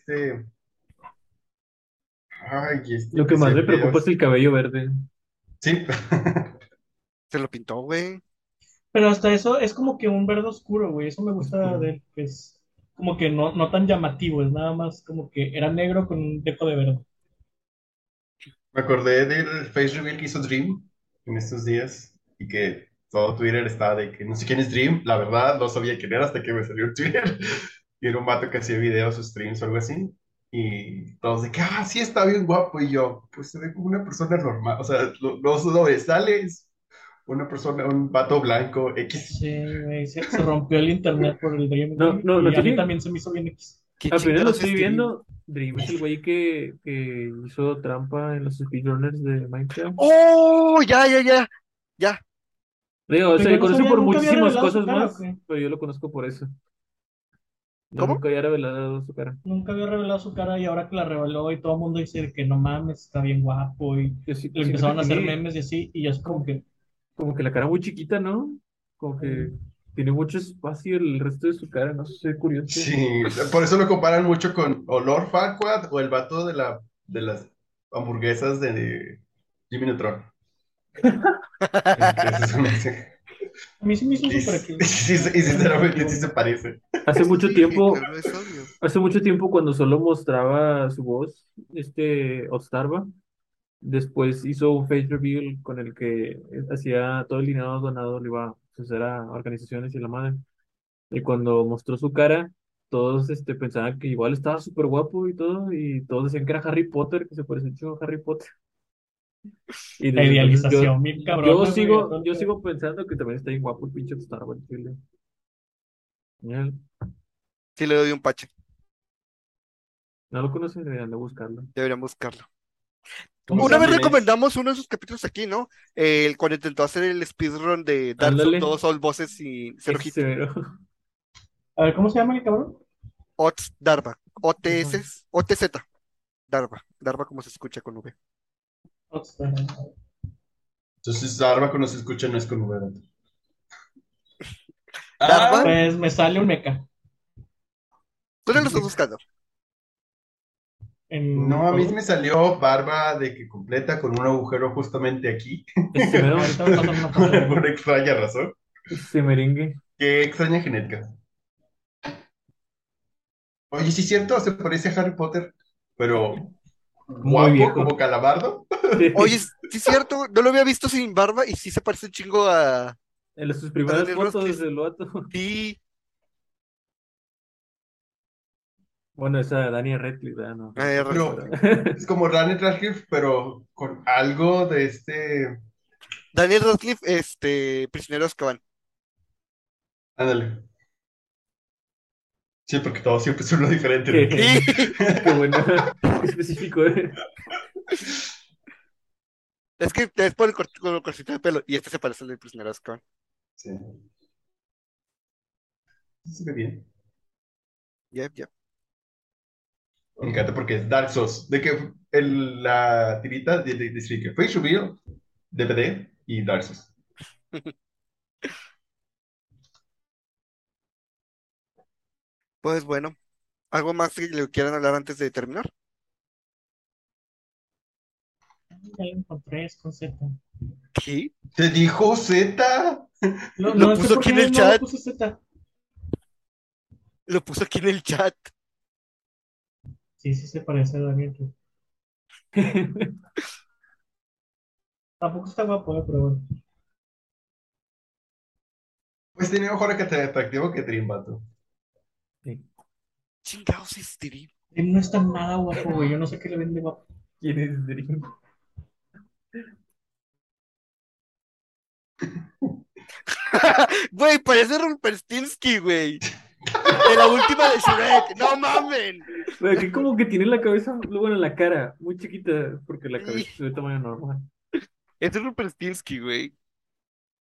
Ay, Lo que que más hacía me preocupa es videos. el cabello verde. Sí. Se lo pintó, güey. Pero hasta eso es como que un verde oscuro, güey. Eso me gusta de él, que es como que no tan llamativo, es nada más como que era negro con un dejo de verde. Me acordé del face reveal que hizo Dream en estos días y que todo Twitter estaba de que no sé quién es Dream. La verdad, no sabía quién era hasta que me salió en Twitter. Y era un vato que hacía videos o streams o algo así. Y todos de que, sí, está bien guapo. Y yo, pues se ve como una persona normal. O sea, no sobresale, es una persona, un vato blanco X. Sí, güey, se rompió el internet por el Dream, No, güey. no, no Y a mí tiene. también se me hizo bien X. ¿Qué Apenas lo chingados estoy es Dream? viendo. Dream es el güey que hizo trampa en los speedrunners de Minecraft. ¡Oh! Ya, ya, ya. Ya. Digo, se Pero le no conoce sabía, por nunca había muchísimas revelado su cosas cara, ¿o más, qué? pero yo lo conozco por eso. No, ¿Cómo? nunca había revelado su cara. Nunca había revelado su cara y ahora que la reveló y todo el mundo dice que no mames, está bien guapo y Yo le siento que empezaron a hacer tiene memes y así y es como como, que como que la cara muy chiquita, ¿no? Como que tiene mucho espacio el resto de su cara, no sé, curioso. Sí, por eso lo comparan mucho con Olor Farquaad o el vato de las hamburguesas de Jimmy Neutron. Que se me hace- a mí se me hizo Y, súper s- X, y güey. Se me hizo sinceramente sí atractivo. se parece. Hace mucho Sí, tiempo, claro, es obvio. hace mucho tiempo cuando solo mostraba su voz, Otstarva, después hizo un face reveal con el que hacía todo el dinero donado, le iba a hacer a organizaciones y la madre. Y cuando mostró su cara, todos pensaban que igual estaba súper guapo y todo, y todos decían que era Harry Potter, que se parecía mucho a Harry Potter. Y La desde entonces idealización bien cabrona, güey, a todo lo yo que da. sigo pensando que también está bien guapo el pinche Otstarva, el chile. Ya, Sí, le doy un pache. no lo conocen, deberían de buscarlo. Deberían buscarlo. ¿Cómo ¿Cómo se Una sé vez llama? quién es? recomendamos uno de esos capítulos aquí, ¿no? Cuando intentó hacer el speedrun de Dark Souls Ándale, 2, All Bosses y Zero Hit. ese mero. A ver, ¿cómo se llama el cabrón? Ots Darba. Ajá. OTS, OTZ. Darba. Darba como se escucha con V. Hotstar. Entonces, Arba cuando se escucha no es con V. Darba. Ah, Pues me sale un mecha ¿Tú no lo estás buscando? en no, a mí juego. me salió barba de que completa con un agujero justamente aquí. Ese mero, Ahorita me pasan una Por foto, güey. alguna extraña razón. ese merengue. Qué extraña genética. Oye, sí es cierto, se parece a Harry Potter, pero Muy guapo viejo. como calamardo. Oye, Sí. sí es cierto, no lo había visto sin barba y sí se parece un chingo En sus a primeras Daniel fotos Radcliffe. del vato. Sí, Bueno, esa Daniel Radcliffe, ¿verdad? No, Harry Potter, Pero pero. es como Daniel Radcliffe, pero con algo de Daniel Radcliffe, Prisionero de Azkaban. Ándale. Sí, porque todo siempre es uno diferente. ¿De qué? Sí, Qué bueno. Qué específico, ¿eh? es que es por con el cortito de pelo y este se parece al del Prisionero de Azkaban. Sí, sí se ve bien. Yep, yep. Me encanta porque es Dark Souls. De que la tirita dice que Face Reveal, DVD y Dark Souls. Pues bueno, ¿algo más que le quieran hablar antes de terminar? Ya lo encontré, es con Z. ¿Qué? ¡Te dijo Z! No, Lo no sé puso por aquí qué en el no le chat, puse Z. lo puso aquí en el chat. Sí, sí se parece a Daniel. Tampoco está guapo, pero bueno. Pues tiene mejor que te atractivo que Trimbato. Sí. Chingados es Dream. Él no está nada guapo, güey. Yo no sé qué le vende guapo. ¿Quién es Dream? Güey, parece Rumpelstiltskin, güey. De la última de Shrek. No mamen. Pero aquí como que tiene la cabeza, bueno, la cara muy chiquita, porque la Sí, cabeza es de tamaño normal. es Rumpelstiltskin, güey.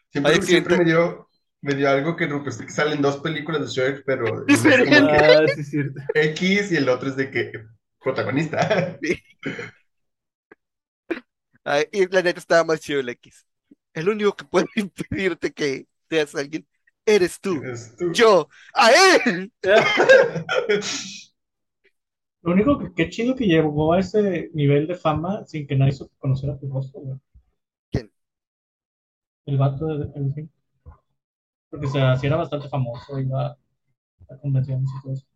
Hay Siempre accidente. me dio algo que Rupert Stick salen dos películas de Shrek, pero uno es como Diferente. que Ah, sí, es cierto. X y el otro es de que protagonista. Ay, y la neta estaba más chido el X. El único que puede impedirte que seas alguien eres tú. Eres tú. Yo, a él. Lo único que qué chido que llegó a ese nivel de fama sin que nadie supo conocer a tu rostro, güey. ¿Quién? El vato del film. Porque se así era bastante famoso, iba a convenciones y todo eso.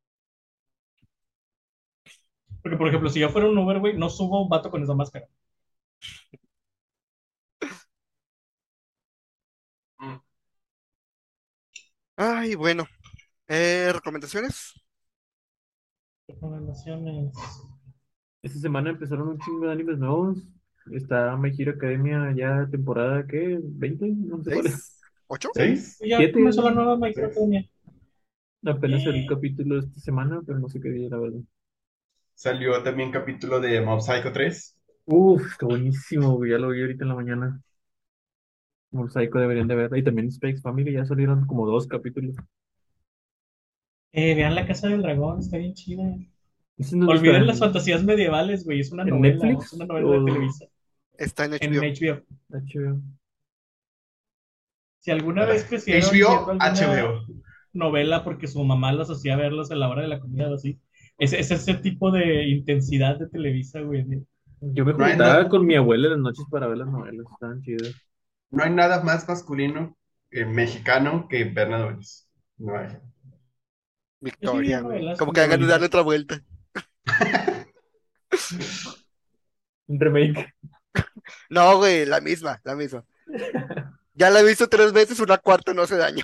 Porque, por ejemplo, si yo fuera un Uber, güey, no subo un vato con esa máscara. Ay, bueno. ¿Recomendaciones? Recomendaciones. Esta semana empezaron un chingo de animes nuevos. Está My Hero Academia ya temporada, ¿qué? ¿20? No sé cuál es. ¿Seis? ¿Ocho? ¿Seis? Y ya ¿Siete? comenzó la nueva My Hero ¿Seis? Academia. Apenas salió un capítulo esta semana, pero no sé qué día, la verdad. Salió también capítulo de Mob Psycho 3. Uf, está buenísimo, güey. Ya lo vi ahorita en la mañana. Mosaico deberían de verla. Y también Space Family, ya salieron como 2 capítulos. Vean La Casa del Dragón, está bien chida. ¿Ese no está Olviden las fantasías medievales, güey, es en es Netflix una novela de o Televisa. Está en En HBO. HBO. HBO? Si alguna Ahora, vez crecieron viendo HBO, alguna HBO. novela porque su mamá los hacía verlos a la hora de la comida o así, es ese tipo de intensidad de Televisa, güey. Yo me No hay, juntaba na- con mi abuela en las noches para ver las novelas, estaban chidas. no hay nada más masculino mexicano que Bernardo Núñez. No hay. Yo sí vi Victoria, güey. novelas Como con que mi hagan de darle abuelita. otra vuelta. Un remake. No, güey, la misma, la misma. Ya la he visto 3 veces, una cuarta no hace daño.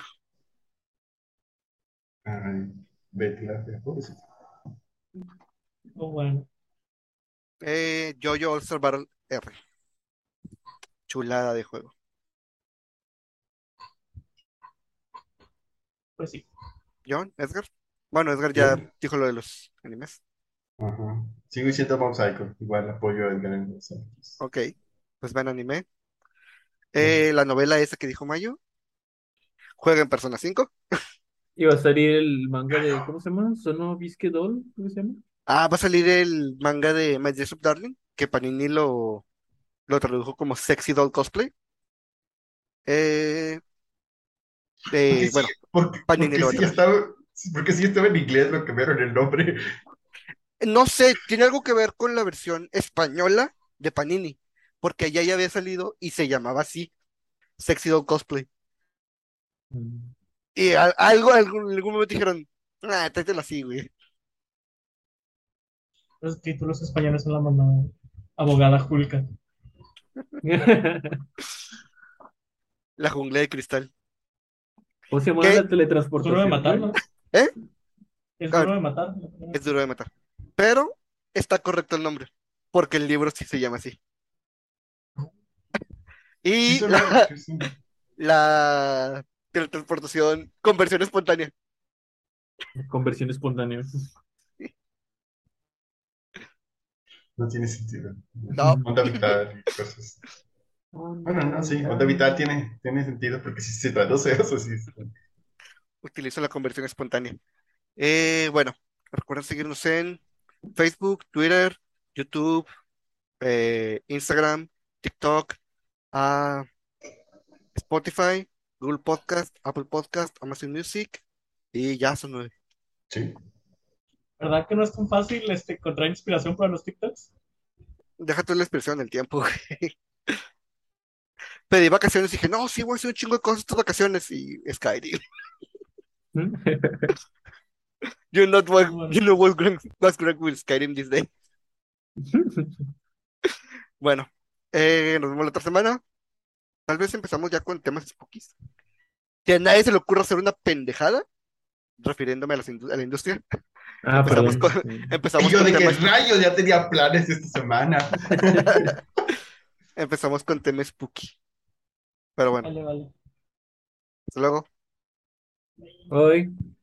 Ay, Betty la Fea, pobrecita. Oh, bueno, Jojo All-Star Battle R. Chulada de juego. pues sí. John, Edgar. Bueno, Edgar ya Yo, dijo lo de los animes. ajá. Sigo diciendo Mob Psycho. Igual apoyo a Edgar en los animes. Ok, pues ven anime. Ujú. La novela esa que dijo Mayo. Juega en Persona 5. Y va a salir el manga de, ¿cómo se llama? Sono Bisque Doll, ¿cómo se llama? Ah, va a salir el manga de My Dress Up Darling, que Panini lo tradujo como Sexy Doll Cosplay. Eh, Porque sí, bueno, Panini lo va a traer. porque sí estaba en inglés, lo cambiaron el nombre. No sé, tiene algo que ver con la versión española de Panini, porque allá ya había salido y se llamaba así, Sexy Doll Cosplay. Mm. Y en algún momento dijeron, ah, tráetelo así, güey. Los títulos españoles son la mamá. Abogada Julka. La jungla de cristal. ¿Cómo se llama Que, la Es duro de teletransportación, matar, güey? ¿no? ¿eh? Es A duro ver, de matar. es duro de matar. Pero está correcto el nombre, porque el libro sí se llama así. Sí, Y solo. Sí, sí. la teletransportación, conversión espontánea. Conversión espontánea. No tiene sentido. No, Onda vital y cosas. Bueno, no, sí, onda vital tiene sentido porque si se traduce eso, sí. utilizo la conversión espontánea. Bueno, recuerden seguirnos en Facebook, Twitter, YouTube, Instagram, TikTok, ah, Spotify, Google Podcast, Apple Podcast, Amazon Music y ya son 9. Sí. ¿Verdad que no es tan fácil encontrar inspiración para los TikToks? Deja tú la expresión del tiempo, güey. Pedí vacaciones y dije, no, sí, voy a hacer un chingo de cosas estas vacaciones y Skyrim. You not what, Bueno, you know what's correct with Skyrim this day. Bueno, nos vemos la otra semana. Tal vez empezamos ya con temas spookies. Que a nadie se le ocurra hacer una pendejada, refiriéndome a la industria. Ah, Empezamos con, perdón. Sí. Y empezamos yo con de qué temas, rayos ya tenía planes esta semana. empezamos con temas spooky. Pero bueno, vale, vale. hasta luego. Hoy.